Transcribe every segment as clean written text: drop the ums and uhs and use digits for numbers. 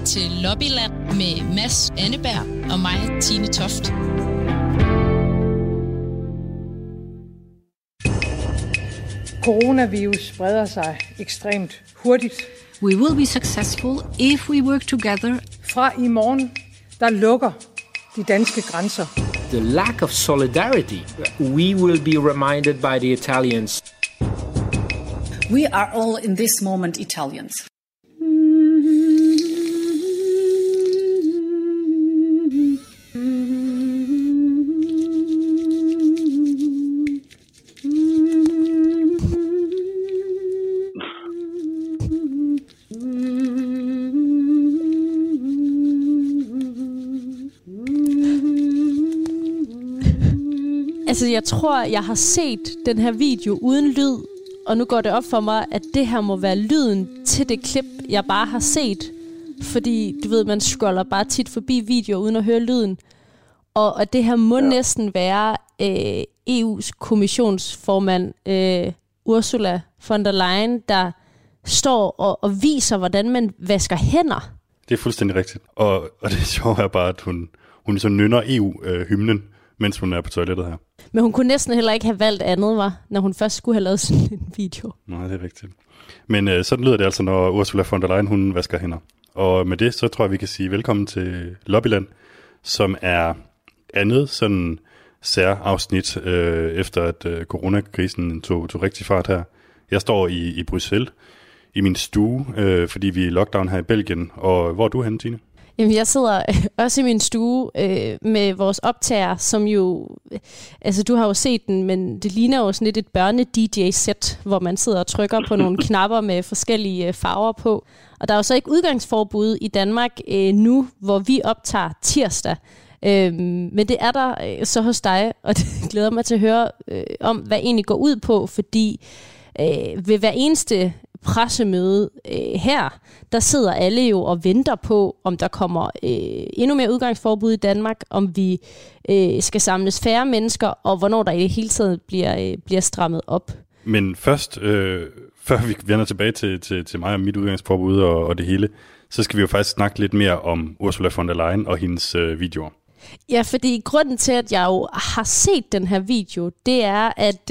til Lobbyland med Mads Anneberg og mig, Tine Toft. Coronavirus spreder sig ekstremt hurtigt. We will be successful if we work together. Fra i morgen, der lukker de danske grænser. The lack of solidarity. We will be reminded by the Italians. We are all in this moment Italians. Altså, jeg tror, jeg har set den her video uden lyd, og nu går det op for mig, at det her må være lyden til det klip, jeg bare har set. Fordi, du ved, man scroller bare tit forbi videoer uden at høre lyden. Og det her må næsten være EU's kommissionsformand Ursula von der Leyen, der står og viser, hvordan man vasker hænder. Det er fuldstændig rigtigt. Og det sjove er bare, at hun så nynner EU-hymnen, mens hun er på toilettet her. Men hun kunne næsten heller ikke have valgt andet, når hun først skulle have lavet sådan en video. Nej, det er rigtigt. Men sådan lyder det altså, når Ursula von der Leyen, hun vasker hænder. Og med det, så tror jeg, vi kan sige velkommen til Lobbyland, som er andet sådan særafsnit, efter at coronakrisen tog rigtig fart her. Jeg står i Bruxelles, i min stue, fordi vi er i lockdown her i Belgien. Og hvor er du henne, Tine? Jamen, jeg sidder også i min stue med vores optager, som jo... Altså, du har jo set den, men det ligner jo sådan lidt et børne-DJ-sæt, hvor man sidder og trykker på nogle knapper med forskellige farver på. Og der er jo så ikke udgangsforbud i Danmark nu, hvor vi optager tirsdag. Men det er der så hos dig, og det glæder mig til at høre om, hvad egentlig går ud på, fordi ved hver eneste pressemøde her, der sidder alle jo og venter på, om der kommer endnu mere udgangsforbud i Danmark, om vi skal samles færre mennesker, og hvornår der i det hele taget bliver strammet op. Men først, før vi vender tilbage til mig og mit udgangsforbud og det hele, så skal vi jo faktisk snakke lidt mere om Ursula von der Leyen og hendes videoer. Ja, fordi grunden til, at jeg jo har set den her video, det er,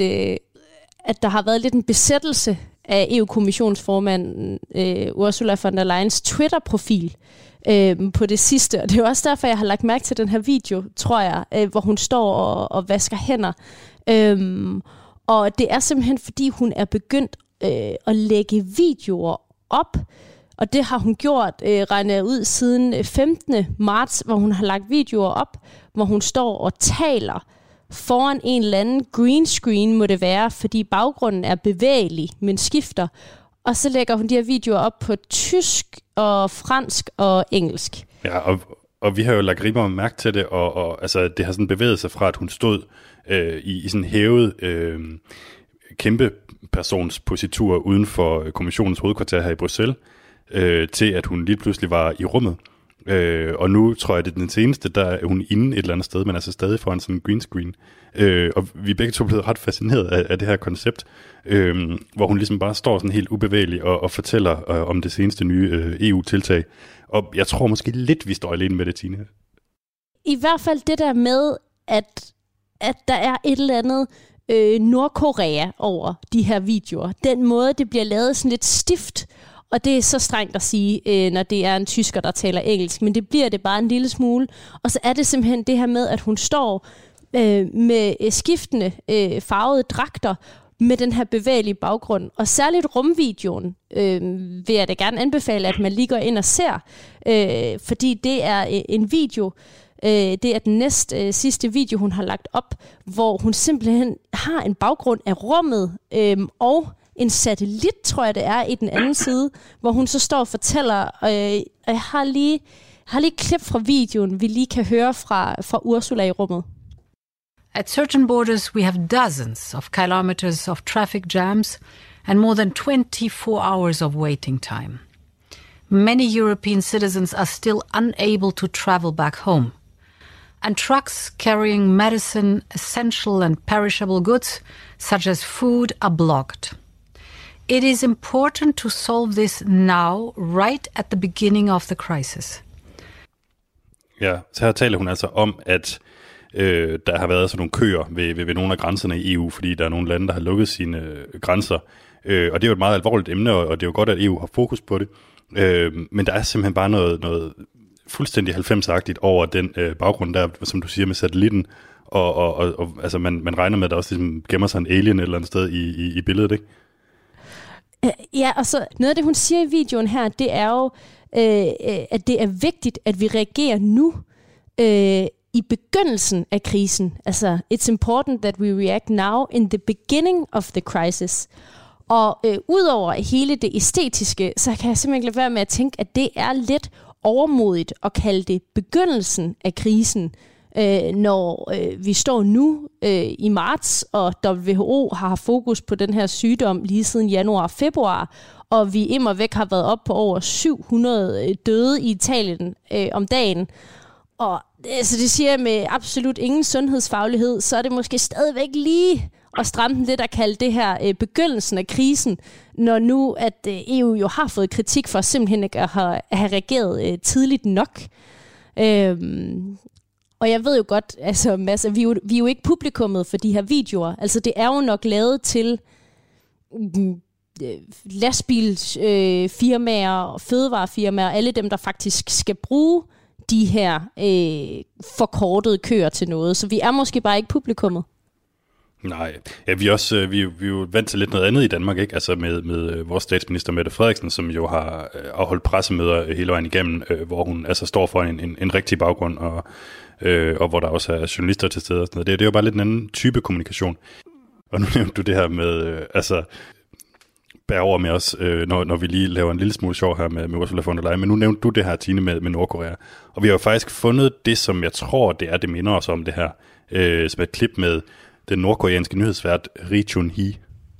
at der har været lidt en besættelse af EU-kommissionsformanden Ursula von der Leyens Twitter-profil på det sidste. Og det er jo også derfor, jeg har lagt mærke til den her video, tror jeg, hvor hun står og vasker hænder. Og det er simpelthen, fordi hun er begyndt at lægge videoer op, og det har hun gjort, regner ud, siden 15. marts, hvor hun har lagt videoer op, hvor hun står og taler foran en eller anden green screen, må det være, fordi baggrunden er bevægelig, men skifter. Og så lægger hun de her videoer op på tysk og fransk og engelsk. Ja, og vi har jo lagt rimelig mærke til det, og altså, det har sådan bevæget sig fra, at hun stod i sådan hævet kæmpe personspositur uden for kommissionens hovedkvarter her i Bruxelles, til at hun lige pludselig var i rummet. Og nu tror jeg, det er den seneste, der er hun inde et eller andet sted, men altså stadig foran sådan en green screen. Og vi er begge to blevet ret fascineret af det her koncept, hvor hun ligesom bare står sådan helt ubevægelig og fortæller om det seneste nye EU-tiltag. Og jeg tror måske lidt, vi står alene med det, Tine. I hvert fald det der med, at der er et eller andet Nordkorea over de her videoer. Den måde, det bliver lavet sådan lidt stift. Og det er så strengt at sige, når det er en tysker, der taler engelsk, men det bliver det bare en lille smule. Og så er det simpelthen det her med, at hun står med skiftende farvede dragter med den her bevægelige baggrund. Og særligt rumvideoen vil jeg da gerne anbefale, at man lige går ind og ser, fordi det er en video, det er den næst sidste video, hun har lagt op, hvor hun simpelthen har en baggrund af rummet og en satellit, tror jeg det er, i den anden side, hvor hun så står og fortæller, og jeg har lige et klip fra videoen, vi lige kan høre fra Ursula i rummet. At certain borders, we have dozens of kilometers of traffic jams and more than 24 hours of waiting time. Many European citizens are still unable to travel back home. And trucks carrying medicine, essential and perishable goods, such as food, are blocked. It is important to solve this now, right at the beginning of the crisis. Ja, så her taler hun altså om, at der har været sådan nogle køer ved nogle af grænserne i EU, fordi der er nogle lande, der har lukket sine grænser. Og det er jo et meget alvorligt emne, og det er jo godt, at EU har fokus på det. Men der er simpelthen bare noget fuldstændig 90'er-agtigt over den baggrund der, som du siger, med satellitten. Og altså man regner med, at der også ligesom gemmer sig en alien et eller andet sted i billedet, ikke? Ja, og så noget af det, hun siger i videoen her, det er jo, at det er vigtigt, at vi reagerer nu i begyndelsen af krisen. Altså, it's important that we react now in the beginning of the crisis. Og udover hele det æstetiske, så kan jeg simpelthen ikke lade være med at tænke, at det er lidt overmodigt at kalde det begyndelsen af krisen, når vi står nu i marts, og WHO har haft fokus på den her sygdom lige siden januar og februar, og vi immervæk har været op på over 700 døde i Italien om dagen. Og altså, det siger jeg med absolut ingen sundhedsfaglighed, så er det måske stadigvæk lige at stramme den lidt at kalde det her begyndelsen af krisen, når nu at EU jo har fået kritik for simpelthen ikke at have reageret tidligt nok. Og jeg ved jo godt, altså Mads, vi er jo ikke publikummet for de her videoer. Altså det er jo nok lavet til lastbilsfirmaer, fødevarefirmaer, alle dem, der faktisk skal bruge de her forkortede køer til noget. Så vi er måske bare ikke publikummet. Nej, ja, vi er jo vant til lidt noget andet i Danmark, ikke? Altså med vores statsminister Mette Frederiksen, som jo har afholdt pressemøder hele vejen igennem, hvor hun altså står for en rigtig baggrund, og hvor der også er journalister til stede og sådan noget. Det er jo bare lidt en anden type kommunikation. Og nu nævnte du det her med, altså, bær over med os, når vi lige laver en lille smule sjov her med Ursula von der Leyen, men nu nævnte du det her, Tine, med Nordkorea. Og vi har jo faktisk fundet det, som jeg tror, det minder os om det her, som et klip med den nordkoreanske nyhedsvært Ri Chun-hee.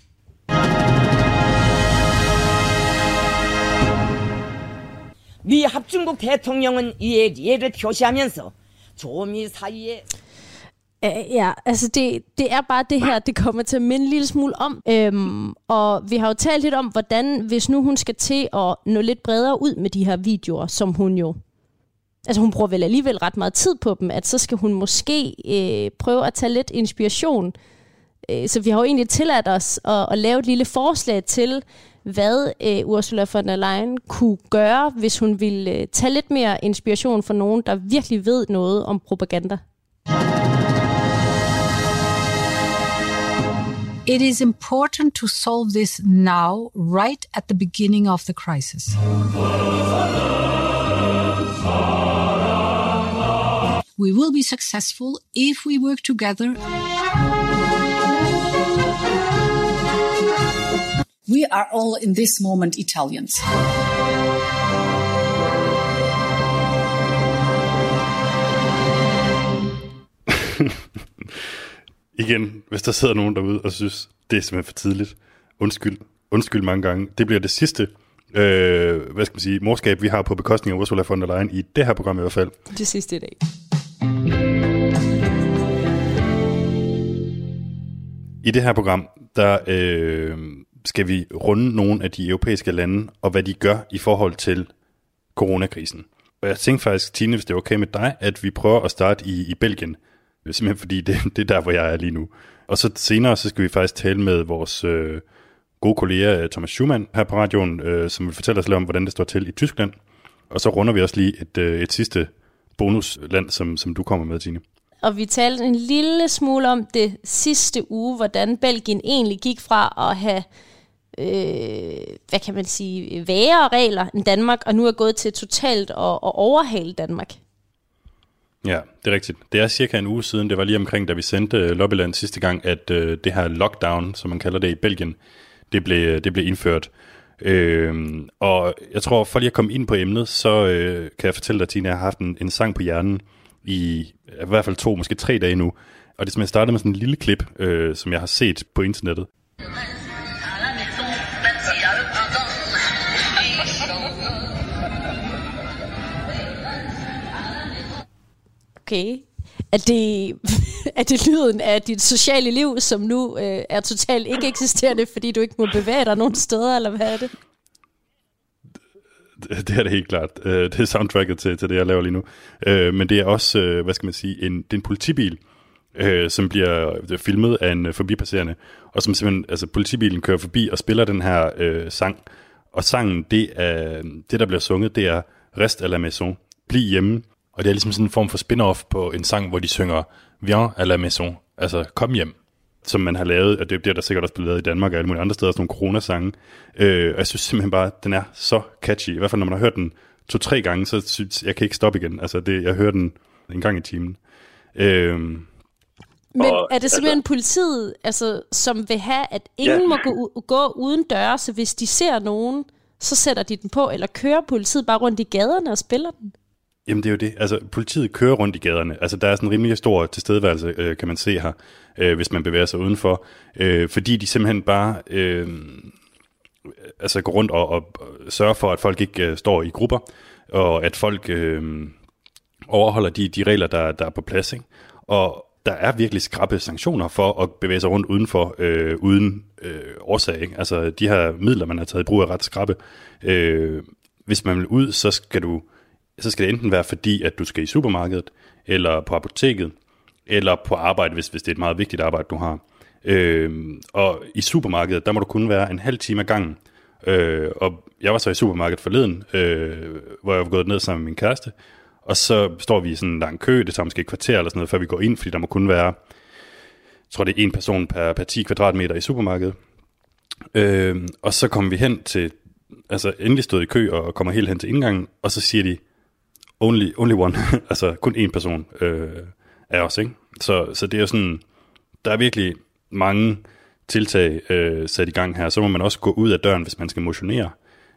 미 합중국 대통령은 이에 예를 표시하면서 조미 사이에 Ja, altså det er bare det her, det kommer til at minde en lille smule om. Og vi har jo talt lidt om, hvordan, hvis nu hun skal til at nå lidt bredere ud med de her videoer, som hun jo... Altså hun bruger vel alligevel ret meget tid på dem, at så skal hun måske prøve at tage lidt inspiration. Så vi har jo egentlig tilladt os at lave et lille forslag til, hvad Ursula von der Leyen kunne gøre, hvis hun ville tage lidt mere inspiration fra nogen, der virkelig ved noget om propaganda. It is important to solve this now, right at the beginning of the crisis. We will be successful if we work together. We are all in this moment Italians. Igen, hvis der sidder nogen derude og synes, det er simpelthen for tidligt. Undskyld mange gange. Det bliver det sidste, hvad skal man sige, morskab, vi har på bekostning af Ursula von der Leyen i det her program i hvert fald. Det sidste i dag. I det her program, der skal vi runde nogle af de europæiske lande, og hvad de gør i forhold til coronakrisen. Og jeg tænkte faktisk, Tine, hvis det er okay med dig, at vi prøver at starte i Belgien. Simpelthen fordi det er der, hvor jeg er lige nu. Og så senere, så skal vi faktisk tale med vores gode kollega Thomas Schumann her på radioen, som vil fortælle os lidt om, hvordan det står til i Tyskland. Og så runder vi også lige et sidste bonusland, som du kommer med, Tine. Og vi talte en lille smule om det sidste uge, hvordan Belgien egentlig gik fra at have, hvad kan man sige, værre regler end Danmark, og nu er gået til totalt at overhale Danmark. Ja, det er rigtigt. Det er cirka en uge siden, det var lige omkring, da vi sendte Lobbyland sidste gang, at det her lockdown, som man kalder det i Belgien, det blev indført. Og jeg tror, for lige at komme ind på emnet, så kan jeg fortælle dig, Tina, jeg har haft en sang på hjernen i hvert fald 2, måske 3 dage nu. Og det er simpelthen startet med sådan en lille klip, som jeg har set på internettet. Okay. Er det lyden af dit sociale liv, som nu er totalt ikke eksisterende, fordi du ikke må bevæge dig nogen steder, eller hvad er det? Det er det helt klart. Det er soundtracket til det, jeg laver lige nu. Men det er også, hvad skal man sige, det er en politibil, som bliver filmet af en forbipasserende, og som simpelthen, altså politibilen kører forbi og spiller den her sang, og sangen, det der bliver sunget, det er Reste à la maison, bliv hjemme. Og det er ligesom sådan en form for spin-off på en sang, hvor de synger Viens à la maison, altså kom hjem. Som man har lavet, og det er der sikkert også blevet lavet i Danmark og alle mulige andre steder, sådan nogle coronasange. Og jeg synes simpelthen bare, den er så catchy. I hvert fald, når man har hørt den 2-3 gange, så synes jeg kan ikke stoppe igen. Altså, jeg hører den en gang i timen. Men er det simpelthen politiet, altså, som vil have, at ingen må gå uden døre, så hvis de ser nogen, så sætter de den på, eller kører politiet bare rundt i gaderne og spiller den? Jamen det er jo det. Altså politiet kører rundt i gaderne. Altså der er sådan en rimelig stor tilstedeværelse, kan man se her, hvis man bevæger sig udenfor. Fordi de simpelthen bare går rundt og sørger for, at folk ikke står i grupper, og at folk overholder de regler, der er på plads. Ikke? Og der er virkelig skrappe sanktioner for at bevæge sig rundt udenfor, uden årsag. Ikke? Altså de her midler, man har taget i brug, er ret skrappe. Hvis man vil ud, så skal det enten være fordi, at du skal i supermarkedet, eller på apoteket, eller på arbejde, hvis det er et meget vigtigt arbejde, du har. Og i supermarkedet, der må du kun være en halv time ad gangen. Og jeg var så i supermarkedet forleden, hvor jeg var gået ned sammen med min kæreste, og så står vi i sådan en lang kø, det tager måske et kvarter eller sådan noget, før vi går ind, fordi der må kun være, jeg tror det er en person per 10 kvadratmeter i supermarkedet. Og så kommer vi hen til, altså endelig stod i kø og kommer helt hen til indgangen, og så siger de, only one, altså kun én person af os, ikke? Så det er jo sådan, der er virkelig mange tiltag sat i gang her. Så må man også gå ud af døren, hvis man skal motionere.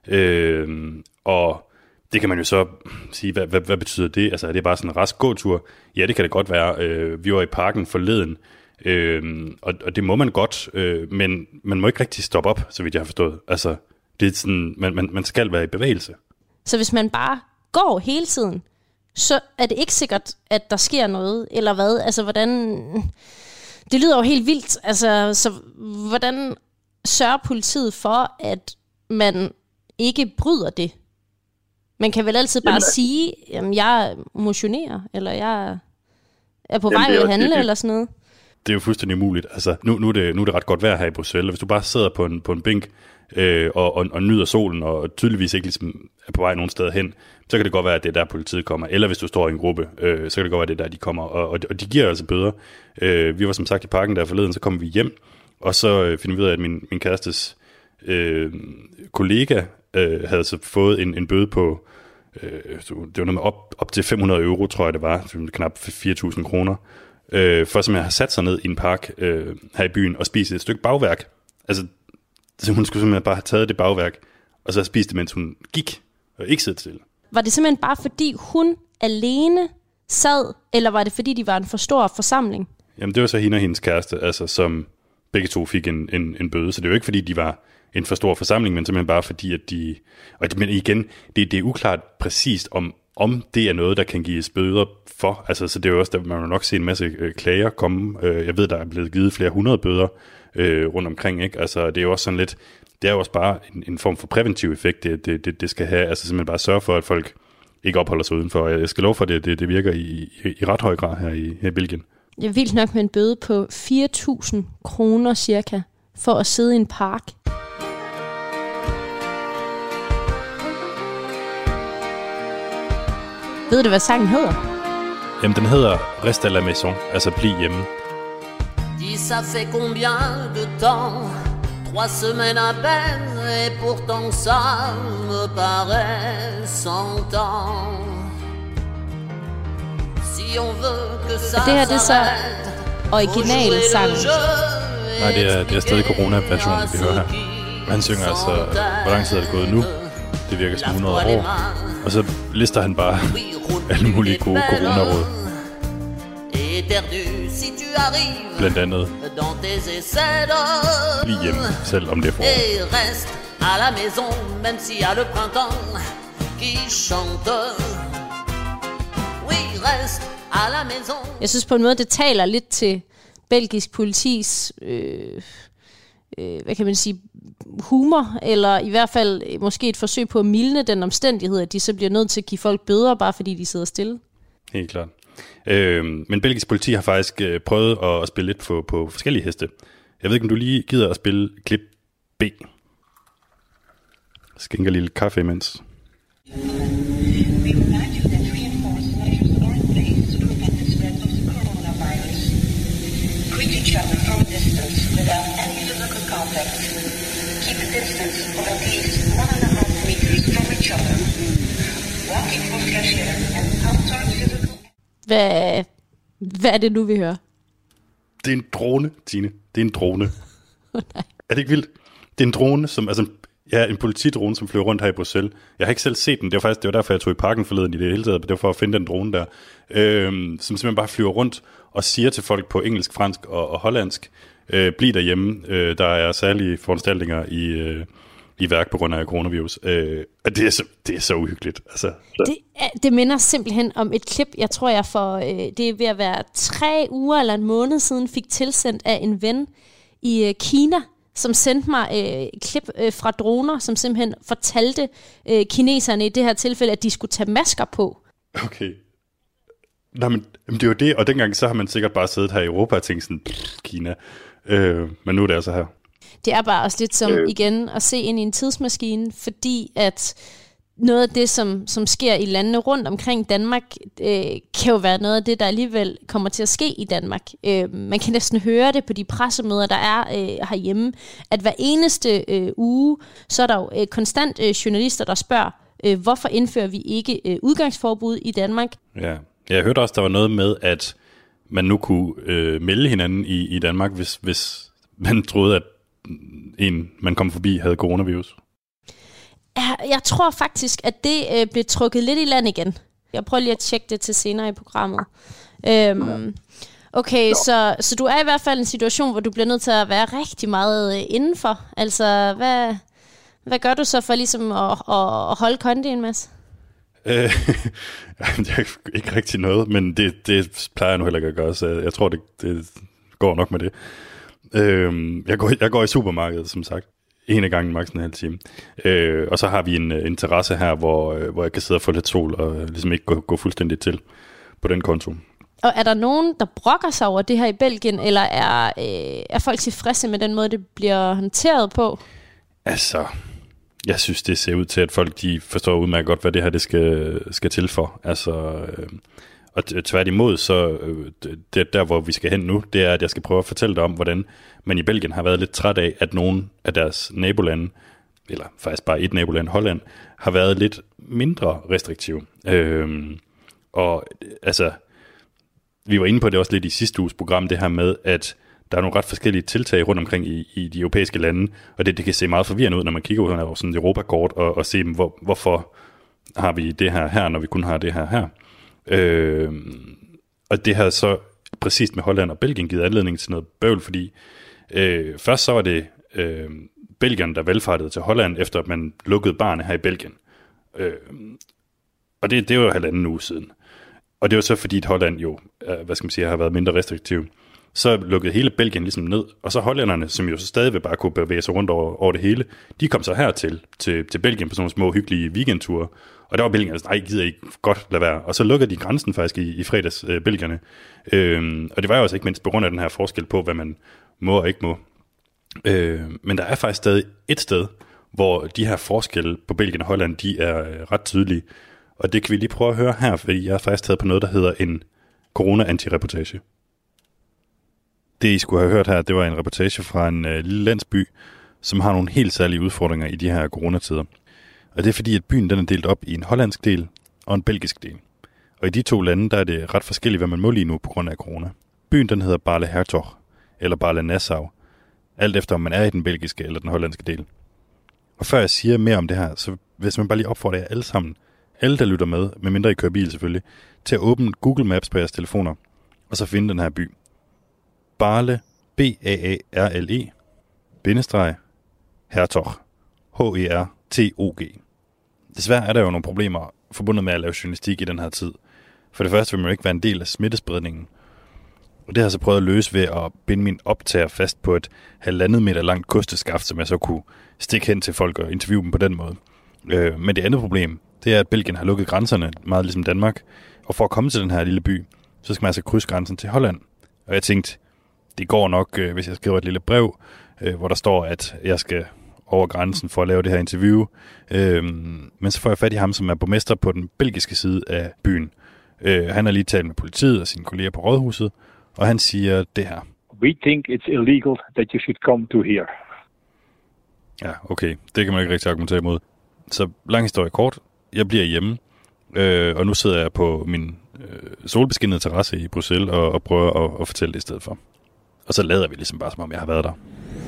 Og det kan man jo så sige, hvad betyder det? Altså er det bare sådan en rask gåtur? Ja, det kan det godt være. Vi var i parken forleden, og det må man godt, men man må ikke rigtig stoppe op, så vidt jeg har forstået. Altså, det er sådan, man skal være i bevægelse. Så hvis man bare går hele tiden, så er det ikke sikkert, at der sker noget, eller hvad? Altså, hvordan... Det lyder jo helt vildt. Altså, så hvordan sørger politiet for, at man ikke bryder det? Man kan vel altid bare sige, jamen, jeg motionerer, eller jeg er på vej ud at handle, eller sådan noget. Det er jo fuldstændig umuligt. Altså, nu er det ret godt vejr her i Bruxelles. Hvis du bare sidder på en bænk og nyder solen, og tydeligvis ikke ligesom er på vej nogen steder hen, så kan det godt være, at det er der politiet kommer. Eller hvis du står i en gruppe, så kan det godt være, at det er der, de kommer. Og de giver altså bøder. Vi var som sagt i parken der forleden, så kom vi hjem, og så finder vi ud af, at min kærestes kollega havde så fået en bøde på, det var noget med op til 500 euro, tror jeg det var, knap 4.000 kroner, for simpelthen at have sat sig ned i en park her i byen og spise et stykke bagværk. Altså, så hun skulle simpelthen bare have taget det bagværk, og så have spist det, mens hun gik, og ikke sidde til. Var det simpelthen bare fordi hun alene sad, eller var det fordi de var en for stor forsamling? Jamen det var så hende og hendes kæreste, altså som begge to fik en bøde, så det var ikke fordi de var en for stor forsamling, men simpelthen bare fordi, at de... Men igen, det er uklart præcist, om det er noget, der kan gives bøder for. Altså, så det er jo også, der man vil nok se en masse klager komme. Jeg ved, der er blevet givet flere 100 bøder rundt omkring, ikke? Altså, det er jo også sådan lidt... Det er jo også bare en form for præventiv effekt, det skal have. Altså simpelthen bare sørge for, at folk ikke opholder sig udenfor. Jeg skal love for, at det virker i ret høj grad her i Belgien. Det er vildt nok med en bøde på 4.000 kroner cirka, for at sidde i en park. Ved du, hvad sangen hedder? Jamen, den hedder Reste à la maison, altså bliv hjemme. Dis, ça fait combien de temps? 3 semaines à peine, et pourtant ça me paraît 100 ans. Si on veut que ça det her, det er så originalsangen. Nej, det er stadig corona-versionen, vi hører her. Han synger altså, hvor lang tid er det gået nu? Det virker som 100 år. Og så lister han bare alle mulige gode coronaråd. Blandt andet bliv hjemme, selv om det er forår. À la maison, même s'il y a le printemps qui chante. Oui, reste à la maison. Jeg synes på en måde, det taler lidt til belgisk politis, hvad kan man sige, humor, eller i hvert fald måske et forsøg på at mildne den omstændighed, at de så bliver nødt til at give folk bøder, bare fordi de sidder stille. Helt klart. Men belgisk politi har faktisk prøvet at spille lidt på forskellige heste. Jeg ved ikke, om du lige gider at spille klip B. Skænker lille kaffe imens. Hvad er det nu, vi hører? Det er en drone, Tine. Det er en drone. Er det ikke vildt? Det er en drone, som en politidrone, som flyver rundt her i Bruxelles. Jeg har ikke selv set den. Det var derfor, jeg tog i parken forleden i det hele taget. Det var for at finde den drone der. Som simpelthen bare flyver rundt og siger til folk på engelsk, fransk og hollandsk, bliv derhjemme. Der er særlige foranstaltninger i værk på grund af coronavirus. Det er så uhyggeligt. Altså. Det minder simpelthen om et klip, jeg tror jeg det er ved at være 3 uger eller en måned siden, fik tilsendt af en ven i Kina, som sendte mig et klip fra droner, som simpelthen fortalte kineserne i det her tilfælde, at de skulle tage masker på. Okay. Nå, men det er jo det, og dengang så har man sikkert bare siddet her i Europa og tænkt sådan, Kina. Men nu er det altså her. Det er bare også lidt som, igen, at se ind i en tidsmaskine, fordi at noget af det, som sker i landene rundt omkring Danmark, kan jo være noget af det, der alligevel kommer til at ske i Danmark. Man kan næsten høre det på de pressemøder, der er herhjemme, at hver eneste uge, så er der jo konstant journalister, der spørger, hvorfor indfører vi ikke udgangsforbud i Danmark? Ja, jeg hørte også, der var noget med, at man nu kunne melde hinanden i Danmark, hvis man troede, at man kom forbi havde coronavirus. Jeg tror faktisk, at det blev trukket lidt i land igen. Jeg prøver lige at tjekke det til senere i programmet. Okay, så du er i hvert fald i en situation, hvor du bliver nødt til at være rigtig meget indenfor. Altså, hvad gør du så for ligesom at holde kondien, Mads? Det er ikke rigtig noget, men det plejer jeg nu heller ikke at gøre, så jeg tror, det går nok med det. Jeg går i supermarkedet, som sagt. En af gangen, maks en halv time. Og så har vi en terrasse her, hvor jeg kan sidde og få lidt sol, og ligesom ikke gå fuldstændig til på den konto. Og er der nogen, der brokker sig over det her i Belgien, eller er folk tilfredse med den måde, det bliver håndteret på? Altså, jeg synes, det ser ud til, at folk de forstår udmærket godt, hvad det her det skal til for. Altså, og tværtimod, så det der, hvor vi skal hen nu, det er, at jeg skal prøve at fortælle dig om, hvordan man i Belgien har været lidt træt af, at nogle af deres nabolande, eller faktisk bare et naboland, Holland, har været lidt mindre restriktive. Og altså, vi var inde på det også lidt i sidste uges program, det her med, at der er nogle ret forskellige tiltag rundt omkring i de europæiske lande, og det kan se meget forvirrende ud, når man kigger ud over sådan et Europakort og se, hvorfor har vi det her, når vi kun har det her. Og det har så præcis med Holland og Belgien givet anledning til noget bøvl, fordi først så var det Belgien, der valgfartede til Holland, efter at man lukkede barne her i Belgien. Og det var jo 1,5 uge siden. Og det var så fordi, at Holland jo, har været mindre restriktiv. Så lukkede hele Belgien ligesom ned, og så hollænderne, som jo så stadig bare kunne bevæge sig rundt over det hele, de kom så hertil til Belgien på sådan nogle små hyggelige weekendture. Og der var Belgien, nej, gider ikke godt lade være. Og så lukkede de grænsen faktisk i fredags, belgierne. Og det var jo også ikke mindst på grund af den her forskel på, hvad man må og ikke må. Men der er faktisk stadig et sted, hvor de her forskelle på Belgien og Holland, de er ret tydelige. Og det kan vi lige prøve at høre her, fordi jeg har faktisk taget på noget, der hedder en corona-anti-reportage. Det, I skulle have hørt her, det var en reportage fra en lille landsby, som har nogle helt særlige udfordringer i de her coronatider. Og det er fordi, at byen den er delt op i en hollandsk del og en belgisk del. Og i de 2 lande, der er det ret forskelligt, hvad man må lige nu på grund af corona. Byen den hedder Baarle-Hertog, eller Baarle-Nassau, alt efter om man er i den belgiske eller den hollandske del. Og før jeg siger mere om det her, så vil jeg bare lige opfordre jer alle sammen, alle der lytter med mindre I kører bil selvfølgelig, til at åbne Google Maps på jeres telefoner, og så finde den her by. Baarle, B-A-A-R-L-E, bindestreg, Hertog, H-E-R-T-O-G. Desværre er der jo nogle problemer forbundet med at lave journalistik i den her tid. For det første vil man jo ikke være en del af smittespredningen. Og det har jeg så prøvet at løse ved at binde min optager fast på et 1,5 meter langt kosteskaft, som jeg så kunne stikke hen til folk og interviewe dem på den måde. Men det andet problem, det er, at Belgien har lukket grænserne, meget ligesom Danmark. Og for at komme til den her lille by, så skal man altså krydse grænsen til Holland. Og jeg tænkte, det går nok, hvis jeg skriver et lille brev, hvor der står, at jeg skal over grænsen for at lave det her interview. Men så får jeg fat i ham, som er borgmester på den belgiske side af byen. Han har lige talt med politiet og sine kolleger på rådhuset, og han siger det her. We think it's illegal that you should come to here. Ja, okay. Det kan man ikke rigtig argumentere imod. Så lang historie kort. Jeg bliver hjemme, og nu sidder jeg på min solbeskinnede terrasse i Bruxelles og prøver at fortælle det i stedet for. Og så lader vi ligesom bare, som om jeg har været der.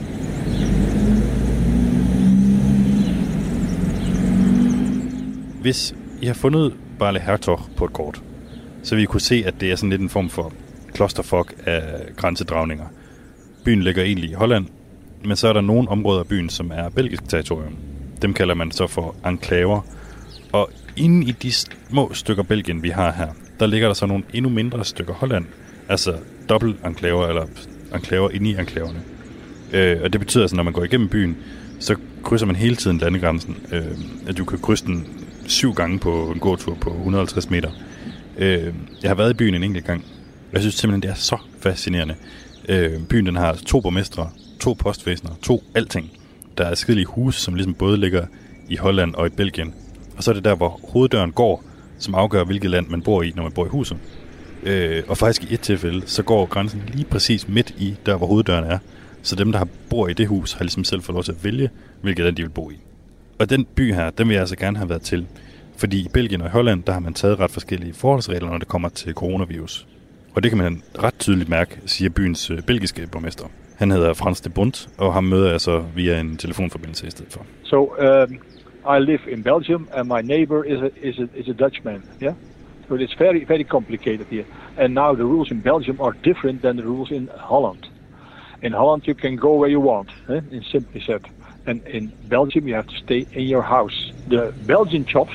Hvis I har fundet Barle Hertog på et kort, så vil I kunne se, at det er sådan lidt en form for clusterfuck af grænsedragninger. Byen ligger egentlig i Holland, men så er der nogle områder af byen, som er belgisk territorium. Dem kalder man så for enklaver. Og inde i de små stykker Belgien, vi har her, der ligger der så nogle endnu mindre stykker Holland. Altså dobbelt enklaver, eller enklaver inde i enklaverne. Og det betyder, at når man går igennem byen, så krydser man hele tiden landegrænsen. At du kan krydse den 7 gange på en gåtur på 150 meter. Jeg har været i byen en enkelt gang. Jeg synes simpelthen, det er så fascinerende. Byen den har 2 borgmestre, 2 postvæsener, 2 alting. Der er adskillige huse, som ligesom både ligger i Holland og i Belgien. Og så er det der, hvor hoveddøren går, som afgør, hvilket land man bor i, når man bor i huset. Og faktisk i et tilfælde, så går grænsen lige præcis midt i, der hvor hoveddøren er. Så dem, der bor i det hus, har ligesom selv fået lov til at vælge, hvilket land de vil bo i. Og den by her, den vil jeg altså gerne have været til. Fordi i Belgien og i Holland, der har man taget ret forskellige forholdsregler, når det kommer til coronavirus. Og det kan man ret tydeligt mærke, siger byens belgiske borgmester. Han hedder Frans de Bont, og ham møder jeg så via en telefonforbindelse i stedet for. So, I live in Belgium, and my neighbor is a Dutchman, yeah? So it's very, very complicated here. And now the rules in Belgium are different than the rules in Holland. In Holland, you can go where you want, in simply said. And in Belgium, you have to stay in your house. The Belgian shops,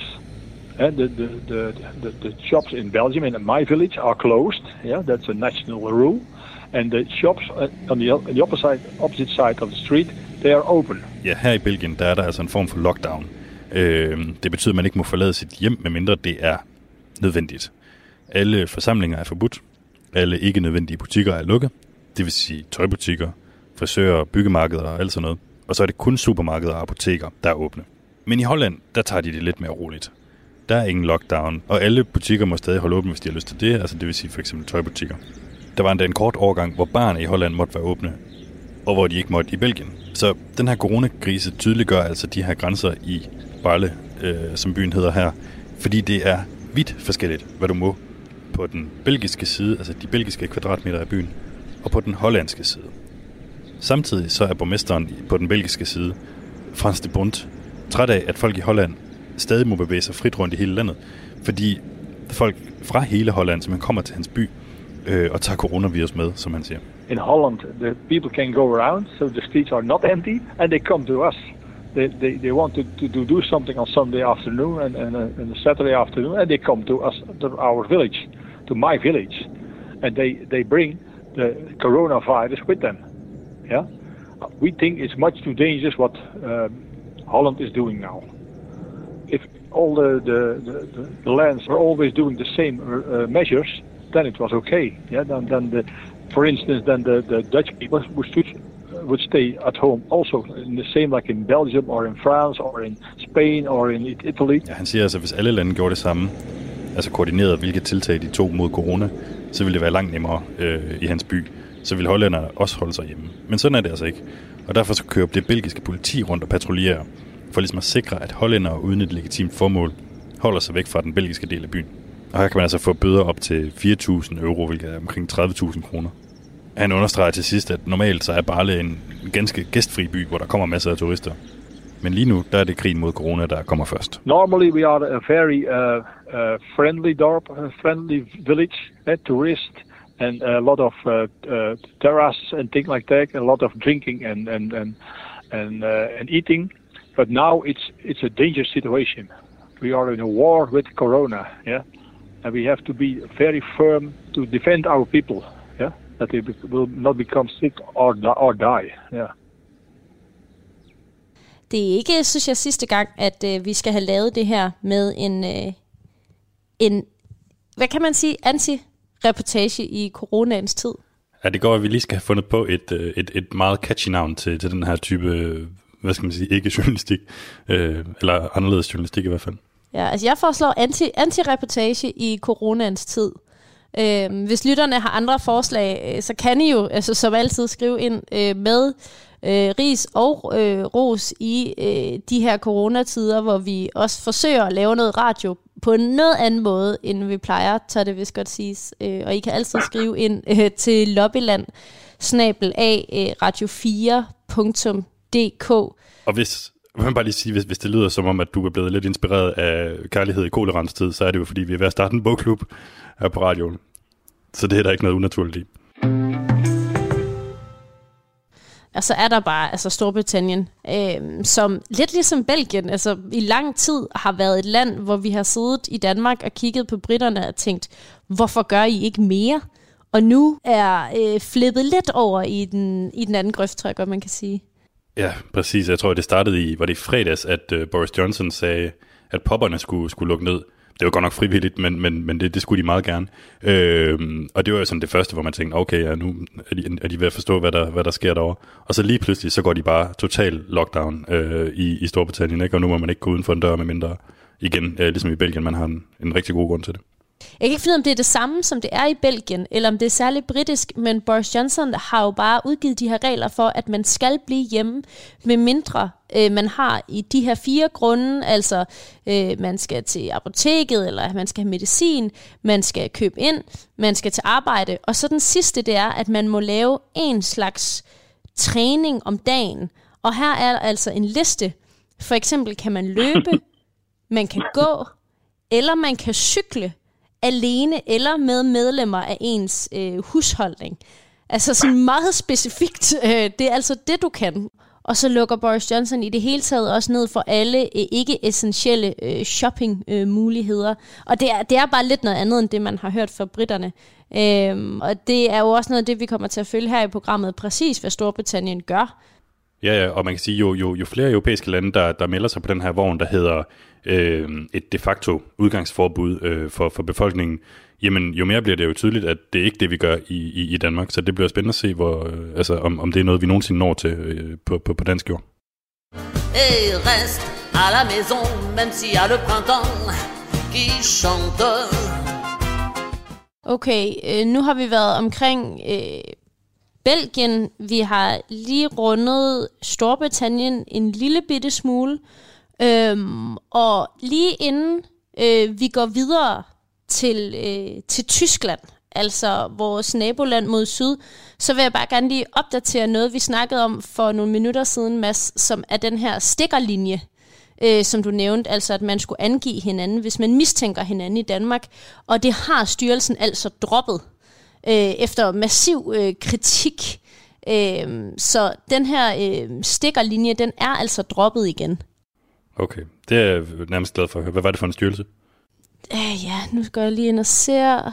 the shops in Belgium and in my village are closed. Yeah, that's a national rule. And the shops on the opposite side of the street, they are open. Ja, her i Belgien, der er der altså en form for lockdown. Det betyder, at man ikke må forlade sit hjem, medmindre det er nødvendigt. Alle forsamlinger er forbudt. Alle ikke nødvendige butikker er lukket. Det vil sige tøjbutikker, frisører, byggemarkeder og alt sådan noget. Og så er det kun supermarkeder og apoteker, der er åbne. Men i Holland, der tager de det lidt mere roligt. Der er ingen lockdown, og alle butikker må stadig holde åbne, hvis de har lyst til det. Altså det vil sige for eksempel tøjbutikker. Der var endda en kort overgang, hvor barne i Holland måtte være åbne, og hvor de ikke måtte i Belgien. Så den her coronakrise tydeliggør altså de her grænser i Barle, som byen hedder her, fordi det er vidt forskelligt, hvad du må på den belgiske side, altså de belgiske kvadratmeter af byen, og på den hollandske side. Samtidig så er borgmesteren på den belgiske side, Frans de Bont, træt af, at folk i Holland stadig må bevæge sig frit rundt i hele landet, fordi folk fra hele Holland, som kommer til hans by, og tager coronavirus med, som han siger. In Holland, the people can go around, so the streets are not empty, and they come to us. They want to do something on Sunday afternoon and a Saturday afternoon, and they come to us, to our village, to my village, and they bring the coronavirus with them. Yeah, we think it's much too dangerous what Holland is doing now. If all the lands are always doing the same measures, then it was okay. Yeah, for instance, the Dutch people would stay at home also, in the same like in Belgium or in France or in Spain or in Italy. Ja, han siger altså, at hvis alle lande gjorde det samme, altså koordineret, hvilke tiltag de tog mod corona, så ville det være langt nemmere i hans by. Så ville hollænderne også holde sig hjemme. Men sådan er det altså ikke. Og derfor så kører det belgiske politi rundt og patruljerer, for ligesom at sikre, at hollændere uden et legitimt formål holder sig væk fra den belgiske del af byen. Og her kan man altså få bøder op til 4.000 euro, hvilket er omkring 30.000 kroner. Han understreger til sidst, at normalt så er Barle en ganske gæstfri by, hvor der kommer masser af turister. Men lige nu, der er det krigen mod corona, der kommer først. Normally we are a very friendly village, tourist, and a lot of terraces and things like that, a lot of drinking and eating. But now it's a dangerous situation. We are in a war with corona, yeah. and we have to be very firm to defend our people. Yeah, that they will not become sick or die. Yeah. Det er ikke, synes jeg, sidste gang, at vi skal have lavet det her med en hvad kan man sige, anti-reportage i coronaens tid. Ja, det går, at vi lige skal have fundet på et meget catchy navn til den her type, hvad skal man sige, ikke journalistik, eller anderledes journalistik i hvert fald. Ja, altså jeg foreslår anti-reportage i coronaens tid. Hvis lytterne har andre forslag, så kan I jo altså, som altid skrive ind med ris og ros i de her coronatider, hvor vi også forsøger at lave noget radio på en noget anden måde, end vi plejer, tager det vist godt siges. Og I kan altid skrive ind til lobbyland@radio4.dk. Og hvis man bare lige sige, hvis det lyder som om, at du er blevet lidt inspireret af kærlighed i kolerans tid, så er det jo fordi, vi er ved at starte en bogklub her på radioen. Så det er der ikke noget unaturligt i. Og så er der bare Storbritannien, som lidt ligesom Belgien, altså i lang tid har været et land, hvor vi har siddet i Danmark og kigget på britterne og tænkt, hvorfor gør I ikke mere? Og nu er flippet lidt over i den anden grøft, tror jeg godt, man kan sige. Ja, præcis. Jeg tror, det startede var det i fredags, at Boris Johnson sagde, at pubberne skulle lukke ned. Det var godt nok frivilligt, men det skulle de meget gerne. Og det var jo sådan det første, hvor man tænkte, okay, ja, nu er de ved at forstå, hvad der sker derovre. Og så lige pludselig, så går de bare total lockdown i Storbritannien, ikke? Og nu må man ikke gå uden for en dør med mindre igen, ligesom i Belgien, man har en rigtig god grund til det. Jeg kan ikke finde, om det er det samme, som det er i Belgien, eller om det er særligt britisk, men Boris Johnson har jo bare udgivet de her regler for, at man skal blive hjemme, med mindre man har i de her 4 grunde, altså man skal til apoteket, eller man skal have medicin, man skal købe ind, man skal til arbejde, og så den sidste, det er, at man må lave en slags træning om dagen, og her er altså en liste. For eksempel kan man løbe, man kan gå, eller man kan cykle, alene eller med medlemmer af ens husholdning. Altså sådan meget specifikt. Det er altså det, du kan. Og så lukker Boris Johnson i det hele taget også ned for alle ikke-essentielle shoppingmuligheder. Og det er bare lidt noget andet, end det, man har hørt fra britterne. Og det er jo også noget af det, vi kommer til at følge her i programmet, præcis hvad Storbritannien gør. Ja, og man kan sige, jo flere europæiske lande, der melder sig på den her vogn, der hedder et de facto udgangsforbud for befolkningen, jamen jo mere bliver det jo tydeligt, at det er ikke det, vi gør i Danmark. Så det bliver spændende at se, om det er noget, vi nogensinde når til på dansk jord. Et reste à la maison, même s'il y a le printemps qui chante. Okay, nu har vi været omkring Belgien. Vi har lige rundet Storbritannien en lille bitte smule. Og lige inden vi går videre til Tyskland, altså vores naboland mod syd, så vil jeg bare gerne lige opdatere noget, vi snakkede om for nogle minutter siden, Mads, som er den her stikkerlinje, som du nævnte, altså at man skulle angive hinanden, hvis man mistænker hinanden i Danmark. Og det har styrelsen altså droppet efter massiv kritik. Så den her stikkerlinje, den er altså droppet igen. Okay, det er jeg nærmest glad for at høre. Hvad var det for en styrelse? Ja, nu skal jeg lige ind og ser.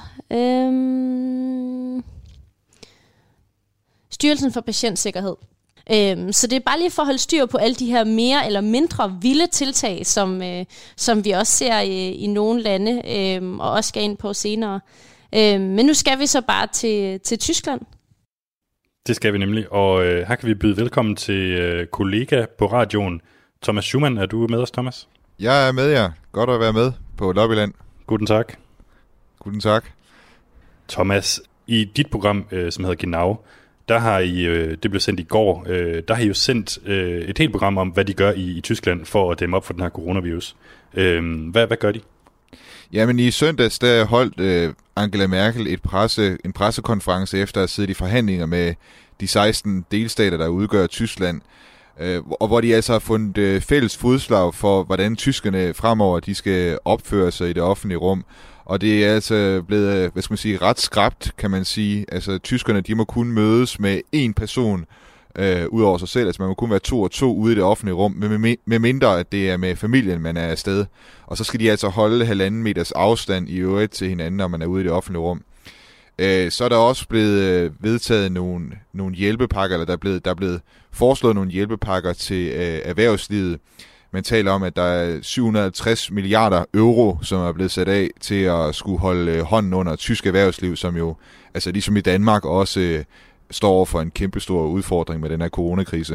Styrelsen for Patientsikkerhed. Så det er bare lige for at holde styr på alle de her mere eller mindre vilde tiltag, som vi også ser i nogle lande, og også skal ind på senere. Men nu skal vi så bare til Tyskland. Det skal vi nemlig, og her kan vi byde velkommen til kollega på radioen, Thomas Schumann. Er du med os, Thomas? Jeg er med, ja. Godt at være med på Lobbyland. Guten Tag. Guten Tag. Thomas, i dit program, som hedder Genau, der har I, det blev sendt i går, der har I jo sendt et helt program om, hvad de gør i Tyskland for at dæmme op for den her coronavirus. Hvad gør de? Jamen i søndags, der holdt Angela Merkel en pressekonference efter at have siddet i forhandlinger med de 16 delstater, der udgør Tyskland, og hvor de altså har fundet fælles fodslag for, hvordan tyskerne fremover de skal opføre sig i det offentlige rum. Og det er altså blevet, ret skrapt, kan man sige. Altså tyskerne, de må kun mødes med én person ud over sig selv. Altså man må kun være 2 og 2 ude i det offentlige rum, med mindre at det er med familien, man er afsted. Og så skal de altså holde 1,5 meters afstand i øvrigt til hinanden, når man er ude i det offentlige rum. Så er der også blevet vedtaget nogle hjælpepakker, eller der er blevet foreslået nogle hjælpepakker til erhvervslivet. Man taler om, at der er 750 milliarder euro, som er blevet sat af til at skulle holde hånden under tysk erhvervsliv, som jo, altså ligesom i Danmark, også står over for en kæmpestor udfordring med den her coronakrise.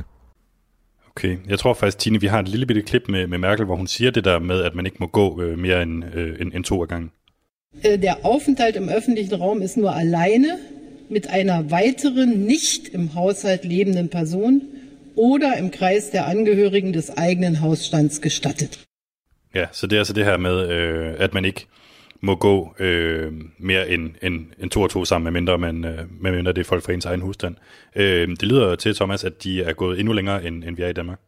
Okay, jeg tror faktisk, Tine, vi har et lille bitte klip med Merkel, hvor hun siger det der med, at man ikke må gå mere end 2 ad gangen. Der Aufenthalt im öffentlichen Raum ist nur alleine mit einer weiteren nicht im Haushalt lebenden Person oder im Kreis der Angehörigen des eigenen Hausstands gestattet. Ja, så det er altså det her med, at man ikke må gå mere end 2 og 2 sammen, medmindre det er folk fra ens egen husstand. Det lyder til, Thomas, at de er gået endnu længere, end vi er i Danmark.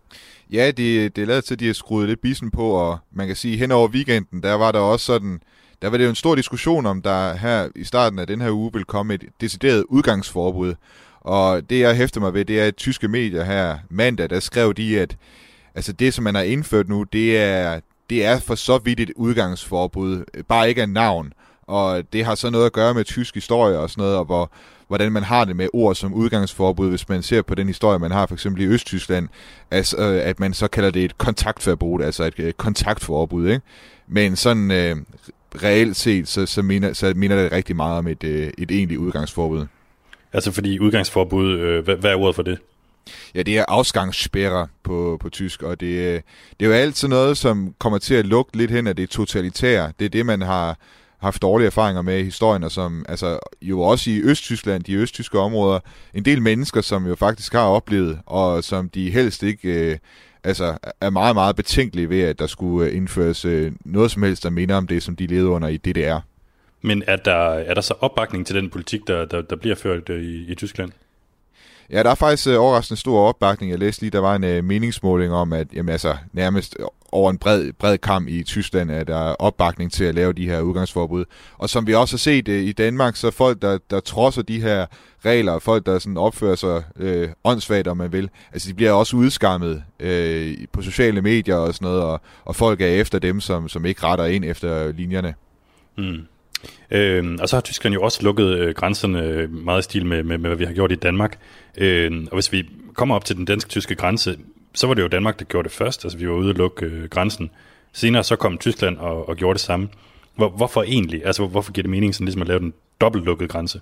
Ja, det lader til, at de har skruet lidt bissen på, og man kan sige, hen over weekenden, der var der også sådan, der var det jo en stor diskussion om, der her i starten af den her uge vil komme et decideret udgangsforbud. Og det, jeg hæfter mig ved, det er, at tyske medier her mandag, der skrev de, at altså det, som man har indført nu, det er for så vidt et udgangsforbud, bare ikke af navn. Og det har så noget at gøre med tysk historie og sådan noget, og hvordan man har det med ord som udgangsforbud, hvis man ser på den historie, man har for eksempel i Østtyskland, altså, at man så kalder det et kontaktforbud, altså et kontaktforbud, ikke? Men sådan reelt set, så minder det rigtig meget om et egentligt udgangsforbud. Altså fordi udgangsforbud, hvad er ordet for det? Ja, det er Ausgangssperre på tysk, og det er jo altid noget, som kommer til at lugte lidt hen af det totalitære. Det er det, man har haft dårlige erfaringer med i historien, og som altså jo også i Østtyskland, de østtyske områder, en del mennesker, som jo faktisk har oplevet, og som de helst ikke er meget, meget betænkelige ved, at der skulle indføres noget som helst, der minder om det, som de levede under i DDR. Men er der så opbakning til den politik, der bliver ført i Tyskland? Ja, der er faktisk overraskende stor opbakning. Jeg læste lige, der var en meningsmåling om, at jamen, altså, nærmest over en bred kam i Tyskland, at der er opbakning til at lave de her udgangsforbud. Og som vi også har set i Danmark, så folk, der trodser de her regler, folk, der sådan opfører sig åndssvagt, om man vil, altså de bliver også udskammet på sociale medier og sådan noget, og folk er efter dem, som ikke retter ind efter linjerne. Mm. Og så har Tyskland jo også lukket grænserne meget i stil med hvad vi har gjort i Danmark. Og hvis vi kommer op til den dansk-tyske grænse, så var det jo Danmark, der gjorde det først. Altså vi var ude at lukke grænsen. Senere så kom Tyskland og gjorde det samme. Hvorfor egentlig? Altså hvorfor giver det mening sådan ligesom at lave den dobbeltlukkede grænse?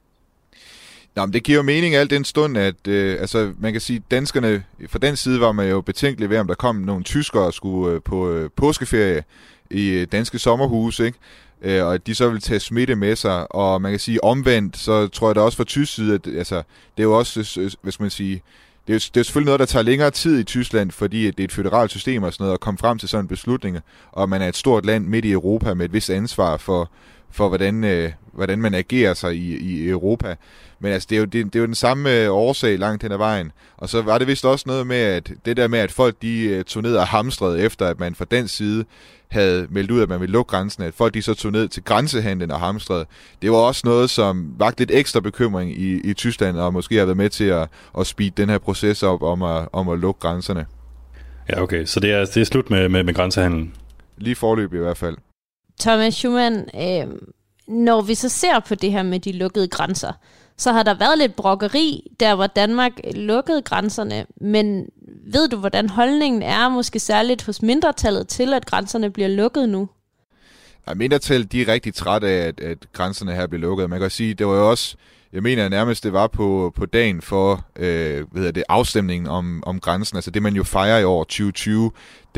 Nå, men det giver jo mening alt den stund, at altså man kan sige, danskerne fra den side var man jo betænkelig ved, om der kom nogle tyskere og skulle på påskeferie i danske sommerhuse, ikke? Og de så vil tage smitte med sig, og man kan sige omvendt, så tror jeg da også fra tysk side, at altså, det er jo også, hvad skal man sige, det er selvfølgelig noget, der tager længere tid i Tyskland, fordi det er et føderalt system og sådan noget, at komme frem til sådan en beslutning, og man er et stort land midt i Europa med et vist ansvar for hvordan man agerer sig i Europa. Men altså, det er jo den samme årsag langt hen ad vejen. Og så var det vist også noget med, at det der med, at folk de tog ned og hamstrede efter, at man fra den side havde meldt ud, at man ville lukke grænsen, at folk de så tog ned til grænsehandlen og hamstrede. Det var også noget, som vagte lidt ekstra bekymring i Tyskland, og måske har været med til at speede den her proces op om at lukke grænserne. Ja, okay. Så det er slut med grænsehandlen? Lige forløb i hvert fald. Thomas Schumann, når vi så ser på det her med de lukkede grænser, så har der været lidt brokkeri, der hvor Danmark lukkede grænserne, men ved du, hvordan holdningen er, måske særligt hos mindretallet, til at grænserne bliver lukket nu? Ja, mindretallet, de er rigtig trætte af, at grænserne her bliver lukket. Man kan sige, det var jo også, jeg mener nærmest, det var på dagen for afstemningen om grænsen, altså det man jo fejrer i år 2020,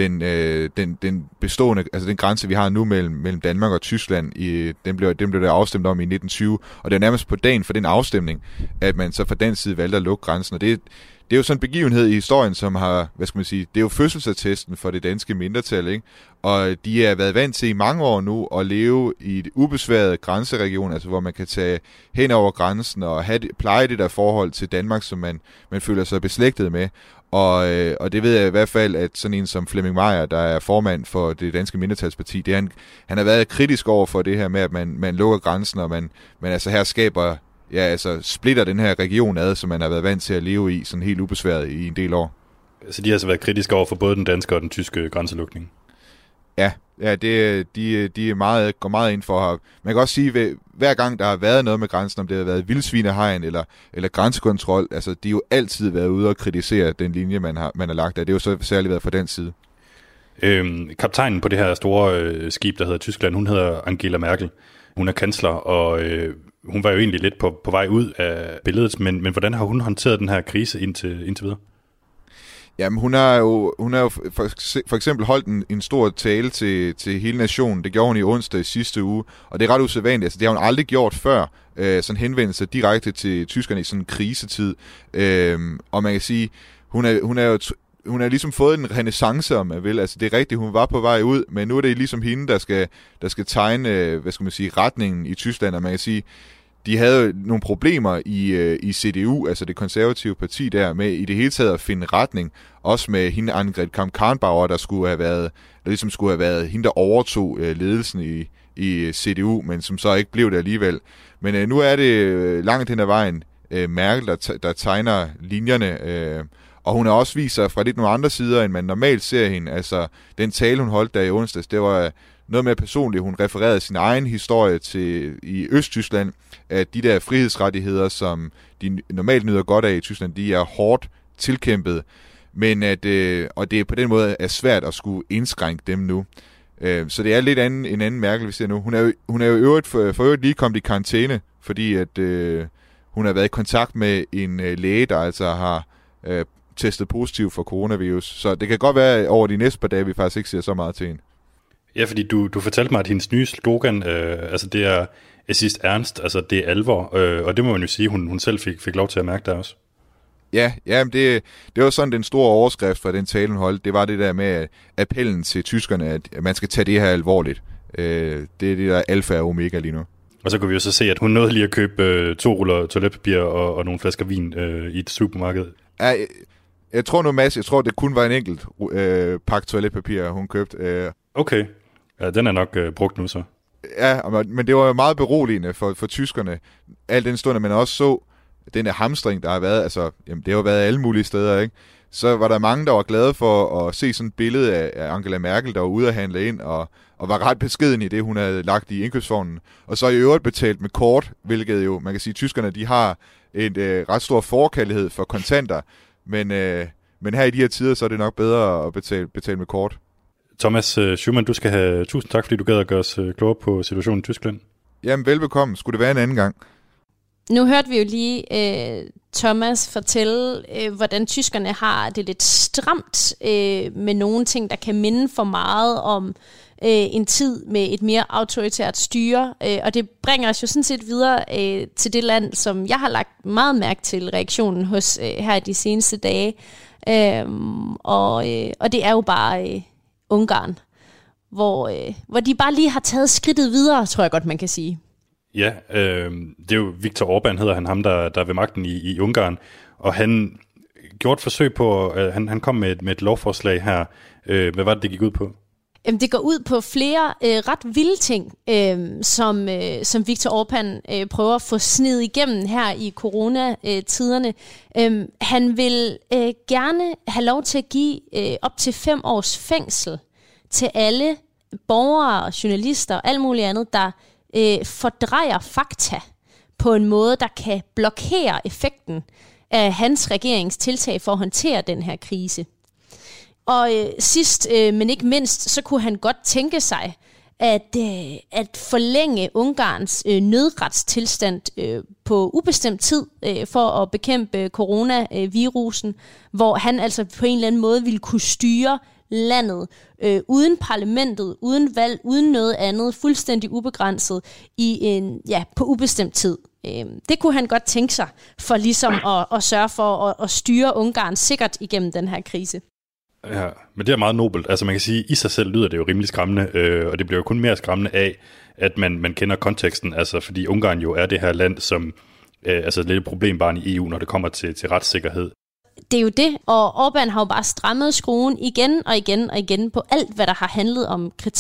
den bestående, altså den grænse vi har nu mellem Danmark og Tyskland, den blev der afstemt om i 1920, og det er nærmest på dagen for den afstemning, at man så fra den side valgte at lukke grænsen, og det er jo sådan en begivenhed i historien, som har, hvad skal man sige, det er jo fødselsattesten for det danske mindretal, ikke? Og de har været vant til i mange år nu at leve i et ubesværet grænseregion, altså hvor man kan tage hen over grænsen og pleje det der forhold til Danmark, som man føler sig beslægtet med. Og det ved jeg i hvert fald, at sådan en som Flemming Meyer, der er formand for det danske mindretalsparti, han har været kritisk over for det her med, at man lukker grænsen, og man altså her skaber splitter den her region ad, som man har været vant til at leve i, sådan helt ubesværet i en del år. Så de har altså været kritiske over for både den danske og den tyske grænselukning? Ja, de går meget ind for. Man kan også sige, at hver gang der har været noget med grænsen, om det har været vildsvinehegn eller grænsekontrol, altså de har jo altid været ude og kritisere den linje, man har lagt af. Det har jo så særligt været fra den side. Kaptajnen på det her store skib, der hedder Tyskland, hun hedder Angela Merkel. Hun er kansler, og hun var jo egentlig lidt på vej ud af billedet, men hvordan har hun håndteret den her krise indtil videre? Jamen, hun har jo for eksempel holdt en stor tale til hele nationen. Det gjorde hun i onsdag sidste uge, og det er ret usædvanligt. Altså, det har hun aldrig gjort før, sådan henvendelse sig direkte til tyskerne i sådan en krisetid. Og man kan sige, hun har ligesom fået en renæssance, om man vil. Altså, det er rigtigt, hun var på vej ud, men nu er det ligesom hende, der skal tegne, retningen i Tyskland, og man kan sige, de havde nogle problemer i CDU, altså det konservative parti der, med i det hele taget at finde retning. Også med hende, Annegret Kramp-Karrenbauer, der skulle have været hende, der overtog ledelsen i CDU, men som så ikke blev det alligevel. Men nu er det langt hen ad vejen Merkel, der tegner linjerne, og hun har også vist sig fra lidt nogle andre sider, end man normalt ser hende. Altså, den tale, hun holdt der i onsdags, det var noget mere personligt. Hun refererede sin egen historie i Østtyskland, at de der frihedsrettigheder, som de normalt nyder godt af i Tyskland, de er hårdt tilkæmpet, men og det på den måde er svært at skulle indskrænke dem nu. Så det er lidt en anden Merkel, vi ser nu. Hun er jo for øvrigt lige kommet i karantæne, fordi at hun har været i kontakt med en læge, der altså har testet positiv for coronavirus. Så det kan godt være over de næste par dage, vi faktisk ikke ser så meget til hende. Ja, fordi du fortalte mig, at hendes nye slogan, altså det er Es ist ernst, altså det er alvor, og det må man jo sige, hun selv fik lov til at mærke der også. Ja, men det var sådan den store overskrift fra den tale, hun holdt. Det var det der med appellen til tyskerne, at man skal tage det her alvorligt. Det er det der alfa og omega lige nu. Og så kunne vi jo så se, at hun nåede lige at købe 2 ruller toiletpapir og nogle flasker vin i et supermarked. Ja, jeg tror nu, Mads, det kun var en enkelt pakke toiletpapir, hun købte. Okay, ja, den er nok brugt nu så. Ja, men det var jo meget beroligende for tyskerne. Al den stund, at man også så den her hamstring, der har været, altså, jamen, det har jo været alle mulige steder, ikke? Så var der mange, der var glade for at se sådan et billede af Angela Merkel, der var ude at handle ind, og var ret beskeden i det, hun havde lagt i indkøbsvognen. Og så i øvrigt betalt med kort, hvilket jo, man kan sige, tyskerne, de har en ret stor forkærlighed for kontanter, men her i de her tider, så er det nok bedre at betale med kort. Thomas Schumann, du skal have tusind tak, fordi du gad at gøre os klogere på situationen i Tyskland. Jamen, velbekomme. Skulle det være en anden gang? Nu hørte vi jo lige Thomas fortælle, hvordan tyskerne har det lidt stramt med nogle ting, der kan minde for meget om en tid med et mere autoritært styre. Og det bringer os jo sådan set videre til det land, som jeg har lagt meget mærke til reaktionen hos her de seneste dage. Og det er jo bare Ungarn, hvor de bare lige har taget skridtet videre, tror jeg godt, man kan sige. Ja, det er jo Viktor Orbán, hedder han, ham der er ved magten i Ungarn, og han gjorde et forsøg på, han kom med et lovforslag her. Hvad var det gik ud på? Det går ud på flere ret vilde ting, som Viktor Orbán prøver at få snedet igennem her i coronatiderne. Han vil gerne have lov til at give op til 5 års fængsel til alle borgere, journalister og alt muligt andet, der fordrejer fakta på en måde, der kan blokere effekten af hans regerings tiltag for at håndtere den her krise. Og sidst, men ikke mindst, så kunne han godt tænke sig at forlænge Ungarns nødretstilstand på ubestemt tid for at bekæmpe coronavirusen, hvor han altså på en eller anden måde ville kunne styre landet uden parlamentet, uden valg, uden noget andet, fuldstændig ubegrænset på ubestemt tid. Det kunne han godt tænke sig for ligesom at sørge for at styre Ungarn sikkert igennem den her krise. Ja, men det er meget nobelt. Altså man kan sige, i sig selv lyder det jo rimelig skræmmende, og det bliver jo kun mere skræmmende af, at man kender konteksten, altså fordi Ungarn jo er det her land, som altså et lille problembarn i EU, når det kommer til retssikkerhed. Det er jo det, og Orbán har jo bare strammet skruen igen og igen og igen på alt, hvad der har handlet om kritik,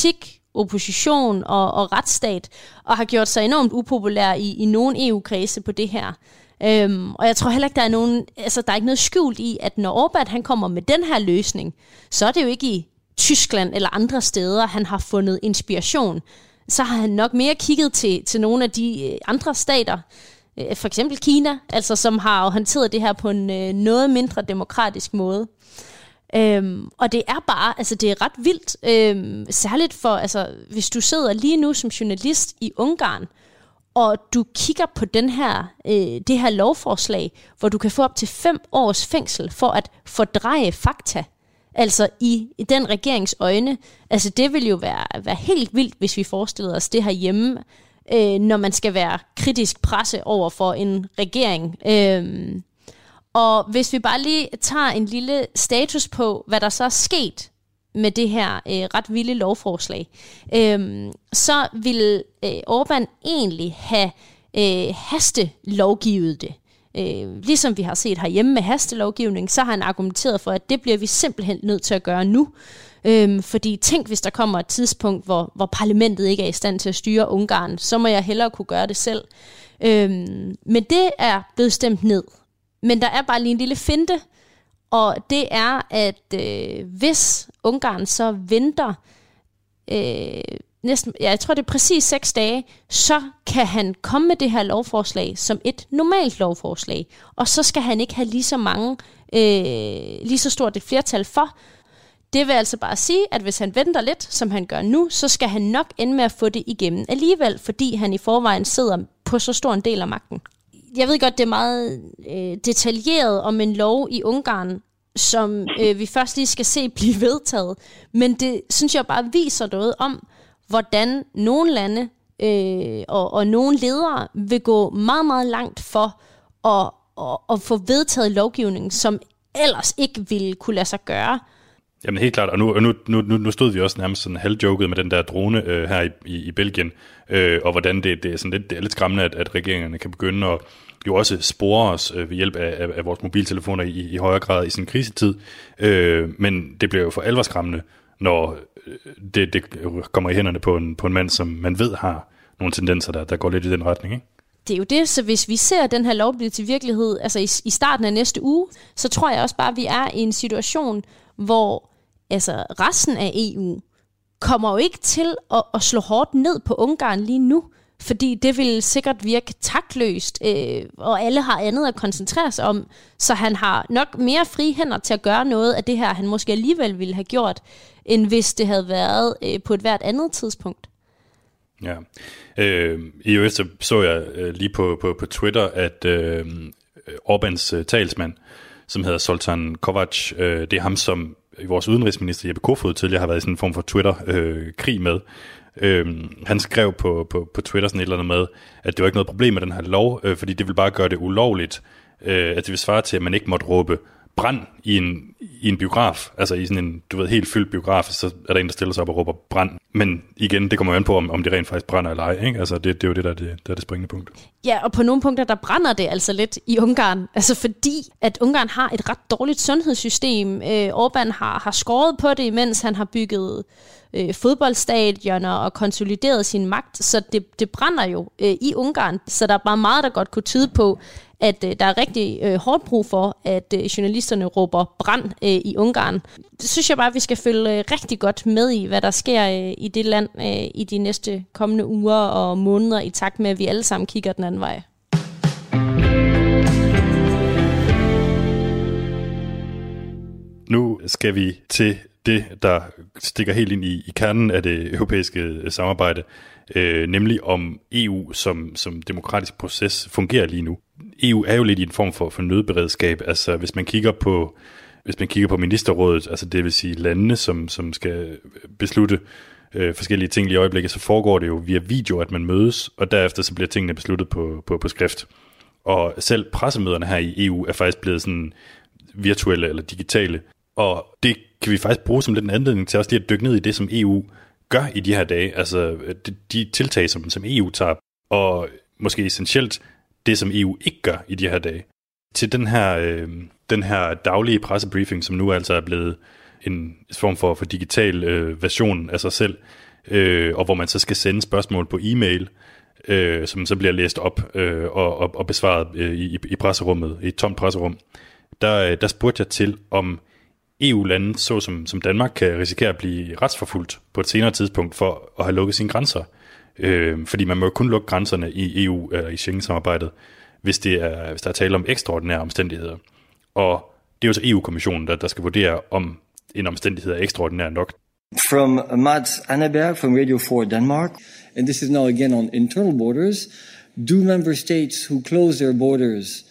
opposition og retsstat, og har gjort sig enormt upopulær i nogle EU-kredse på det her. Og jeg tror heller ikke, der er ikke noget skjult i, at når Orbán han kommer med den her løsning, så er det jo ikke i Tyskland eller andre steder, han har fundet inspiration. Så har han nok mere kigget til nogle af de andre stater, for eksempel Kina, altså som har håndteret det her på en noget mindre demokratisk måde. Og det er bare, altså det er ret vildt, særligt for, altså hvis du sidder lige nu som journalist i Ungarn, og du kigger på det her lovforslag, hvor du kan få op til 5 års fængsel for at fordreje fakta, altså i den regerings øjne. Altså det vil jo være helt vildt, hvis vi forestiller os det her hjemme, når man skal være kritisk presse over for en regering. Og hvis vi bare lige tager en lille status på, hvad der så er sket med det her ret vilde lovforslag, så vil Orbán egentlig have hastelovgivet det. Ligesom vi har set herhjemme med hastelovgivning, så har han argumenteret for, at det bliver vi simpelthen nødt til at gøre nu. Fordi tænk, hvis der kommer et tidspunkt, hvor parlamentet ikke er i stand til at styre Ungarn, så må jeg hellere kunne gøre det selv. Men det er blevet stemt ned. Men der er bare lige en lille finte, og det er, at hvis Ungarn så venter jeg tror det er præcis 6 dage, så kan han komme med det her lovforslag som et normalt lovforslag, og så skal han ikke have lige så stort et flertal for. Det vil altså bare sige, at hvis han venter lidt, som han gør nu, så skal han nok ende med at få det igennem alligevel, fordi han i forvejen sidder på så stor en del af magten. Jeg ved godt, det er meget detaljeret om en lov i Ungarn, som vi først lige skal se blive vedtaget. Men det synes jeg bare viser noget om, hvordan nogle lande og nogle ledere vil gå meget, meget langt for at få vedtaget lovgivning, som ellers ikke ville kunne lade sig gøre. Jamen helt klart, og nu stod vi også nærmest sådan halvjoket med den der drone her i Belgien, og hvordan det er sådan lidt, det er lidt skræmmende, at regeringerne kan begynde at jo også spore os ved hjælp af vores mobiltelefoner i højere grad i sådan en krisetid, men det bliver jo for alvor skræmmende, når det kommer i hænderne på en mand, som man ved har nogle tendenser, der går lidt i den retning, ikke? Det er jo det, så hvis vi ser den her lov blive til virkelighed, altså i starten af næste uge, så tror jeg også bare, at vi er i en situation, hvor altså resten af EU kommer jo ikke til at slå hårdt ned på Ungarn lige nu, fordi det vil sikkert virke taktløst, og alle har andet at koncentrere sig om, så han har nok mere frie hænder til at gøre noget af det her, han måske alligevel ville have gjort, end hvis det havde været på et hvert andet tidspunkt. Ja. I øvrigt så jeg lige på Twitter, at Orbáns talsmand, som hedder Zoltán Kovács, det er ham, som vores udenrigsminister Jeppe Kofod tidligere har været i sådan en form for Twitter-krig med. Han skrev på Twitter sådan et eller andet med, at det var ikke noget problem med den her lov, fordi det vil bare gøre det ulovligt, at det vil svare til, at man ikke måtte råbe brand i en biograf, altså i sådan en, du ved, helt fyldt biograf, så er der en, der stiller sig op og råber brand. Men igen, det kommer jo an på, om det rent faktisk brænder eller ej, ikke? Altså det er jo det, der er det springende punkt. Ja, og på nogle punkter, der brænder det altså lidt i Ungarn, altså fordi, at Ungarn har et ret dårligt sundhedssystem. Orbán har skåret på det, mens han har bygget fodboldstadioner og konsolideret sin magt, så det brænder jo i Ungarn, så der er bare meget, der godt kunne tyde på, at der er rigtig hårdt brug for, at journalisterne råber brand i Ungarn. Det synes jeg bare, at vi skal følge rigtig godt med i, hvad der sker i det land i de næste kommende uger og måneder, i takt med, at vi alle sammen kigger den anden vej. Nu skal vi til det, der stikker helt ind i kernen af det europæiske samarbejde, nemlig om EU som demokratisk proces fungerer lige nu. EU er jo lidt i en form for nødberedskab. Altså hvis man kigger på ministerrådet, altså det vil sige landene, som skal beslutte forskellige ting lige i øjeblikket, så foregår det jo via video, at man mødes, og derefter så bliver tingene besluttet på skrift. Og selv pressemøderne her i EU er faktisk blevet sådan virtuelle eller digitale. Og det kan vi faktisk bruge som lidt en anledning til også lige at dykke ned i det, som EU gør i de her dage. Altså de tiltag, som EU tager, og måske essentielt det, som EU ikke gør i de her dage. Til den her daglige pressebriefing, som nu altså er blevet en form for digital version af sig selv, og hvor man så skal sende spørgsmål på e-mail, som så bliver læst op og besvaret i presserummet, i et tomt presserum. Der spurgte jeg til, om EU-lande, som Danmark, kan risikere at blive retsforfulgt på et senere tidspunkt for at have lukket sine grænser. Fordi man må jo kun lukke grænserne i EU eller i Schengen-samarbejdet, hvis der er tale om ekstraordinære omstændigheder. Og det er jo så EU-kommissionen, der skal vurdere, om en omstændighed er ekstraordinær nok. From Mads Anneberg from Radio 4 Denmark, and this is now again on internal borders. Do member states who close their borders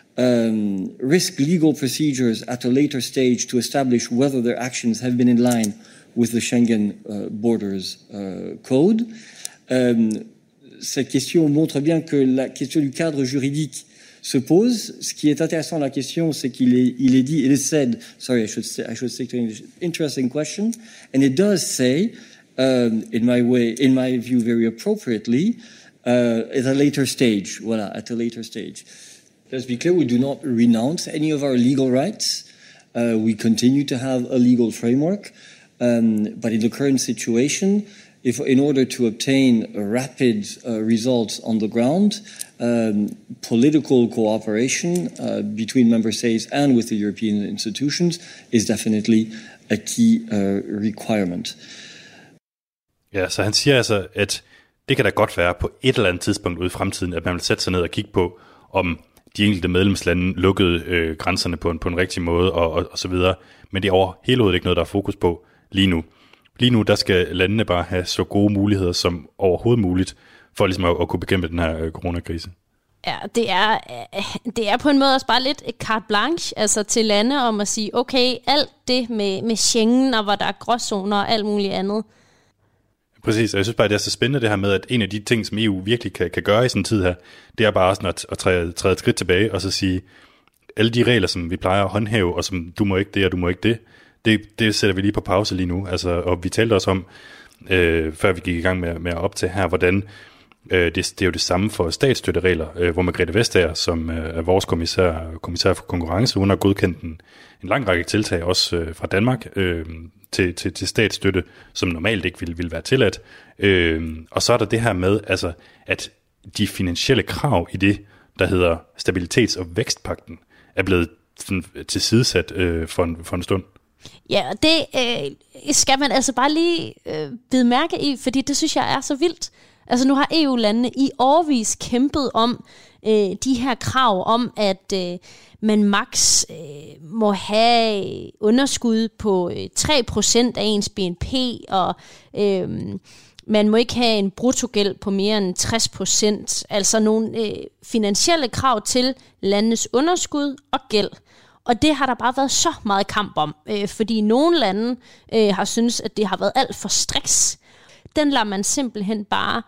risk legal procedures at a later stage to establish whether their actions have been in line with the Schengen Borders Code? Cette question montre bien que la question du cadre juridique se pose. Ce qui est intéressant la question, c'est qu'il est dit, it is said, sorry, I should stick to English, interesting question, and it does say, in my view very appropriately, at a later stage, voilà, at a later stage. Let's be clear, we do not renounce any of our legal rights. We continue to have a legal framework, but in the current situation, in order to obtain rapid results on the ground, political cooperation between member states and with the European institutions is definitely a key requirement. Ja, så han siger altså, at det kan da godt være på et eller andet tidspunkt ude i fremtiden, at man vil sætte sig ned og kigge på, om de enkelte medlemslande lukkede grænserne på en rigtig måde og så videre. Men det er overhovedet ikke noget, der er fokus på lige nu. Lige nu, der skal landene bare have så gode muligheder som overhovedet muligt, for ligesom at kunne bekæmpe den her coronakrise. Ja, det er på en måde også bare lidt et carte blanche, altså til lande om at sige, okay, alt det med Schengen, og hvor der er gråzoner og alt muligt andet. Præcis, og jeg synes bare, det er så spændende det her med, at en af de ting, som EU virkelig kan gøre i sådan en tid her, det er bare sådan at træde et skridt tilbage, og så sige, alle de regler, som vi plejer at håndhæve, og som du må ikke det, og du må ikke det sætter vi lige på pause lige nu. Altså, og vi talte også om, før vi gik i gang med at optage her, hvordan det er jo det samme for statsstøtteregler, hvor Margrethe Vestager, som er vores kommissær for konkurrence, hun har godkendt en lang række tiltag, også fra Danmark, til statsstøtte, som normalt ikke ville være tilladt. Og så er der det her med, altså, at de finansielle krav i det, der hedder Stabilitets- og Vækstpagten, er blevet tilsidesat for en stund. Ja, og det skal man altså bare lige bide mærke i, fordi det synes jeg er så vildt. Altså nu har EU-landene i årevis kæmpet om de her krav om, at man maks må have underskud på 3% af ens BNP, og man må ikke have en bruttogæld på mere end 60%. Altså nogle finansielle krav til landenes underskud og gæld. Og det har der bare været så meget kamp om, fordi nogle lande har syntes, at det har været alt for striks. Den lader man simpelthen bare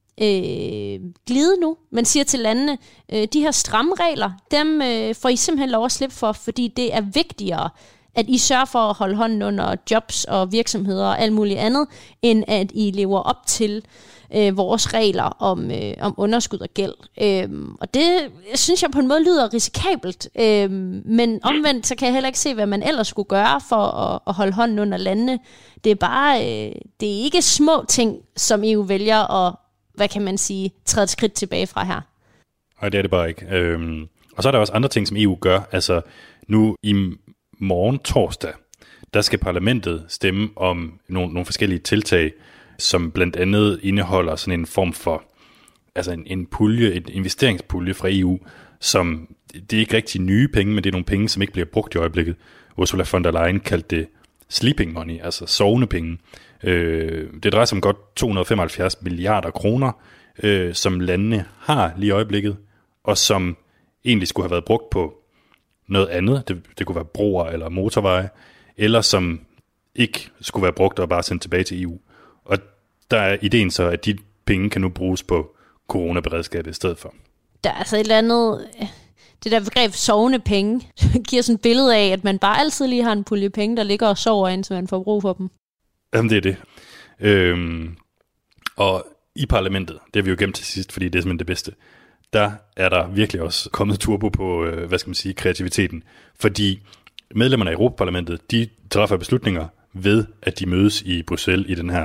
glide nu. Man siger til landene, de her stramme regler, dem får I simpelthen lov at slippe for, fordi det er vigtigere, at I sørger for at holde hånden under jobs og virksomheder og alt muligt andet, end at I lever op til vores regler om underskud og gæld. Og det synes jeg på en måde lyder risikabelt, men omvendt så kan jeg heller ikke se, hvad man ellers skulle gøre for at holde hånden under landene. Det er bare, det er ikke små ting, som EU vælger at, hvad kan man sige, træde et skridt tilbage fra her. Nej, det er det bare ikke. Og så er der også andre ting, som EU gør. Altså nu i morgen torsdag, der skal parlamentet stemme om nogle forskellige tiltag, som blandt andet indeholder sådan en form for, altså en pulje, en investeringspulje fra EU, som, det er ikke rigtig nye penge, men det er nogle penge, som ikke bliver brugt i øjeblikket. Ursula von der Leyen kaldte det sleeping money, altså sovende penge. Det drejer sig om godt 275 milliarder kroner, som landene har lige i øjeblikket, og som egentlig skulle have været brugt på noget andet. Det kunne være broer eller motorveje, eller som ikke skulle være brugt og bare sendt tilbage til EU. Og der er ideen så, at de penge kan nu bruges på coronaberedskabet i stedet for. Der er altså et eller andet, det der begreb sovende penge, giver sådan et billede af, at man bare altid lige har en pulje penge, der ligger og sover, indtil man får brug for dem. Jamen det er det. Og i parlamentet, det har vi jo gemt til sidst, fordi det er simpelthen det bedste, der er der virkelig også kommet turbo på, kreativiteten. Fordi medlemmerne af Europaparlamentet, de træffer beslutninger ved, at de mødes i Bruxelles i den her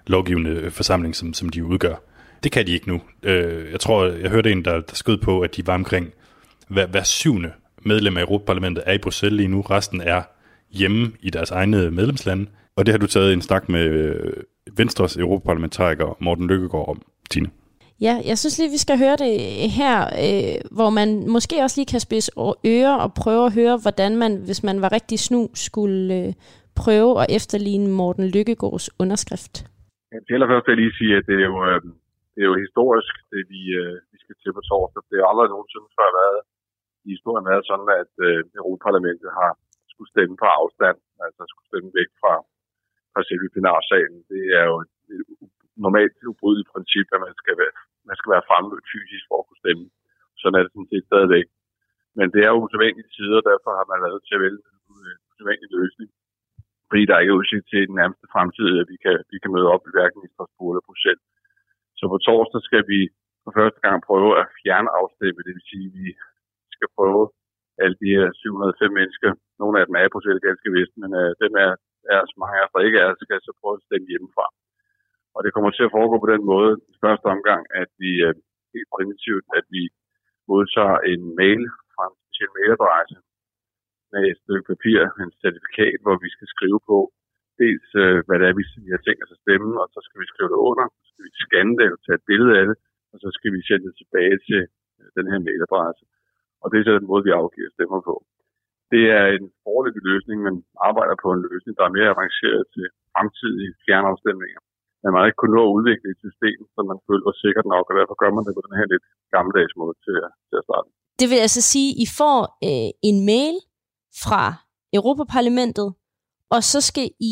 lovgivende forsamling, som de udgør. Det kan de ikke nu. Jeg tror, jeg hørte en, der skød på, at de var omkring hver 7. medlem af Europaparlamentet er i Bruxelles lige nu. Resten er hjemme i deres egne medlemslande. Og det har du taget en snak med Venstres europaparlamentariker Morten Løkkegaard om, Tine. Ja, jeg synes lige, vi skal høre det her, hvor man måske også lige kan spidse ører og prøve at høre, hvordan man, hvis man var rigtig snu, skulle prøve at efterligne Morten Løkkegaards underskrift. Til allerførst vil jeg lige sige, at det er jo historisk, det vi skal til på torsdag. Det er aldrig nogensinde før været i historien været sådan, at Europaparlamentet har skulle stemme på afstand, altså skulle stemme væk fra selve plenarsalen. Det er jo et normalt ubrydeligt princip, at man skal være fremmødt fysisk for at kunne stemme. Sådan er det sådan set stadigvæk. Men det er jo usædvanlige tider, og derfor har man været til at vælge en usædvanlig løsning. Fordi der ikke er udsigt til den nærmeste fremtid, at vi kan møde op i hverken i Strasbourg eller Bruxelles. Så på torsdag skal vi for første gang prøve at fjerne afstemme. Det vil sige, at vi skal prøve alle de her 705 mennesker. Nogle af dem er i Bruxelles ganske vist, men dem er så mange af os, der ikke er, skal så prøve at stemme hjemmefra. Og det kommer til at foregå på den måde i første omgang, at vi helt primitivt, at vi modtager en mail fra en speciel mailadresse med et stykke papir, en certifikat, hvor vi skal skrive på dels, hvad det er, vi har tænkt os at stemme, og så skal vi skrive det under, så skal vi scanne det eller tage et billede af det, og så skal vi sende det tilbage til den her mailadresse. Og det er så den måde, vi afgiver stemmer på. Det er en foreløbig løsning, men arbejder på en løsning, der er mere avanceret til fremtidige fjernafstemninger. Men man har ikke kunnet nå at udvikle et system, som man føler sikkert nok, og derfor gør man det på den her lidt gammeldags måde til at starte. Det vil altså sige, at I får en mail fra Europaparlamentet, og så skal I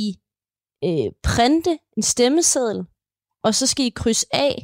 printe en stemmeseddel, og så skal I krydse af,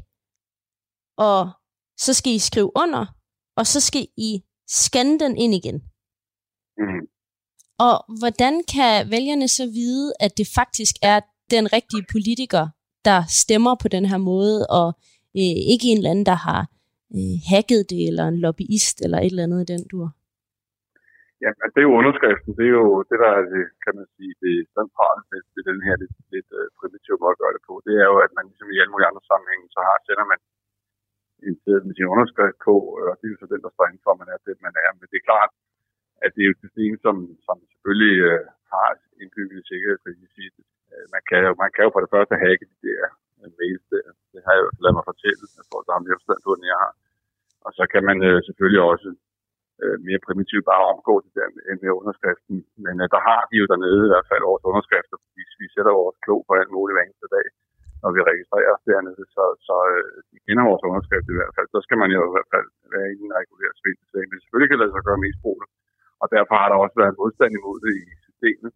og så skal I skrive under, og så skal I scanne den ind igen. Mm. Og hvordan kan vælgerne så vide, at det faktisk er den rigtige politiker, der stemmer på den her måde, og ikke en eller anden, der har hacket det, eller en lobbyist, eller et eller andet i den dur? Ja, det er jo underskriften. Det er jo det, der er det, kan man sige, det centrale ved den her lidt primitive måde at gøre det på. Det er jo, at man ligesom i alle mulige andre sammenhænge, så sender man en sted med sin underskrift på, og det er jo så den, der står inden for, man er det, man er. Men det er klart, at det er jo et system, som selvfølgelig har indbygget sikkerhed, kan jeg sige. Man kan jo for det første hacke de der mails der. Det har jeg jo ladet mig fortælle, der har mere forstand på, end jeg har. Og så kan man selvfølgelig også mere primitivt bare omgå det der med underskriften. Men der har de jo dernede i hvert fald vores underskrifter, fordi vi sætter vores klog på alt muligt hver eneste dag, når vi registrerer os dernede. Så de kender vores underskrift i hvert fald. Så skal man jo i hvert fald være inde i en reguleret spilsag. Men selvfølgelig kan det så gøre mest brug. Og derfor har der også været modstand imod det i systemet.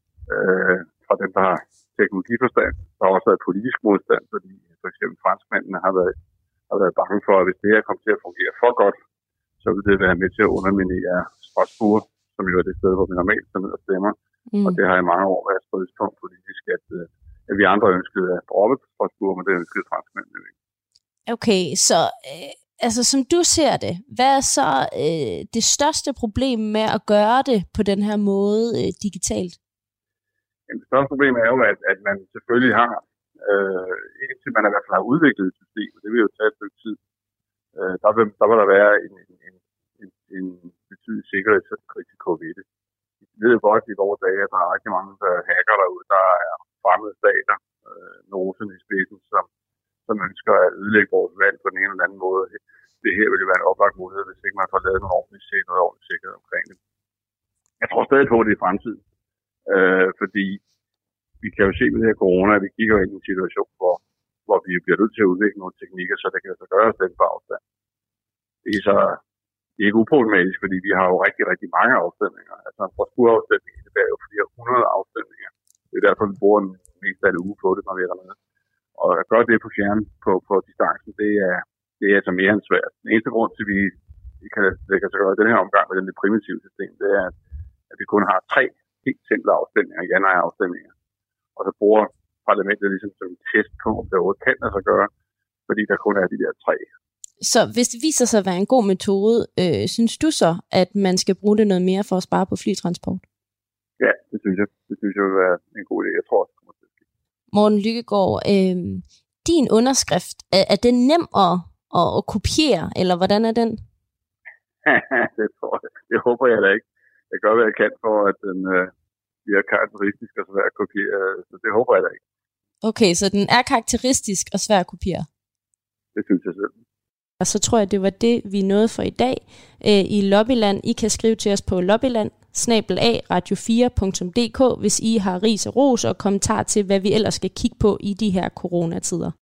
Fra dem, der har teknologiforstand. Der har også været politisk modstand, fordi for eksempel franskmændene har været bange for, at hvis det her kommer til at fungere for godt, så vil det være med til at underminere Strasbourg, som jo er det sted, hvor vi normalt tager ned og stemmer. Og det har i mange år været stridspunkt politisk, at vi andre ønskede at droppe Strasbourg, men det ønskede franskmændene ikke. Okay, så altså som du ser det, hvad er så det største problem med at gøre det på den her måde digitalt? Det største problem er jo, at man selvfølgelig har, indtil man i hvert fald har udviklet et system, og det vil jo tage et stykke tid, der vil der være en betydelig sikkerhedsrisiko ved det. Vi ved jo godt i vores dage, at der er rigtig mange hacker derude, der er fremmede stater, Norsen i spidsen, som ønsker at ødelægge vores valg på den ene eller anden måde. Det her vil jo være en oplagt mulighed, hvis ikke man får lavet noget ordentligt sikkerhed omkring det. Jeg tror stadig på, at det er fremtiden. Fordi vi kan jo se med det her corona, at vi kigger ind i en situation, hvor vi bliver nødt til at udvikle nogle teknikker, så det kan så gøre os den på afstand. Det er ikke uproblematisk, fordi vi har jo rigtig, rigtig mange afstemninger. Altså en Strasbourg-afstemning, det er jo flere 100 afstemninger. Det er derfor, vi bruger en mest af en uge på det, når vi er dernede. Og at gøre det på fjern på distancen, det er altså mere end svært. Den eneste grund til, at vi kan så gøre den her omgang med den primitive system, det er, at vi kun har 3 helt simple afstemninger, ja-nej-afstemninger. Og så bruger parlamentet ligesom som en test på, om det overhovedet kan lade sig gøre, fordi der kun er de der 3. Så hvis det viser sig at være en god metode, synes du så, at man skal bruge det noget mere for at spare på flytransport? Ja, det synes jeg. Det synes jeg vil være en god idé. Jeg tror også, det kommer til at ske. Morten Lykkegaard, din underskrift, er den nem at kopiere, eller hvordan er den? Det håber jeg da ikke. Jeg gør, hvad jeg kan for, at den bliver karakteristisk og svær at kopiere, så det håber jeg da ikke. Okay, så den er karakteristisk og svær at kopiere? Det synes jeg selv. Og så tror jeg, det var det, vi nåede for i dag i Lobbyland. I kan skrive til os på lobbyland@radio4.dk, hvis I har ris og ros og kommentar til, hvad vi ellers skal kigge på i de her coronatider.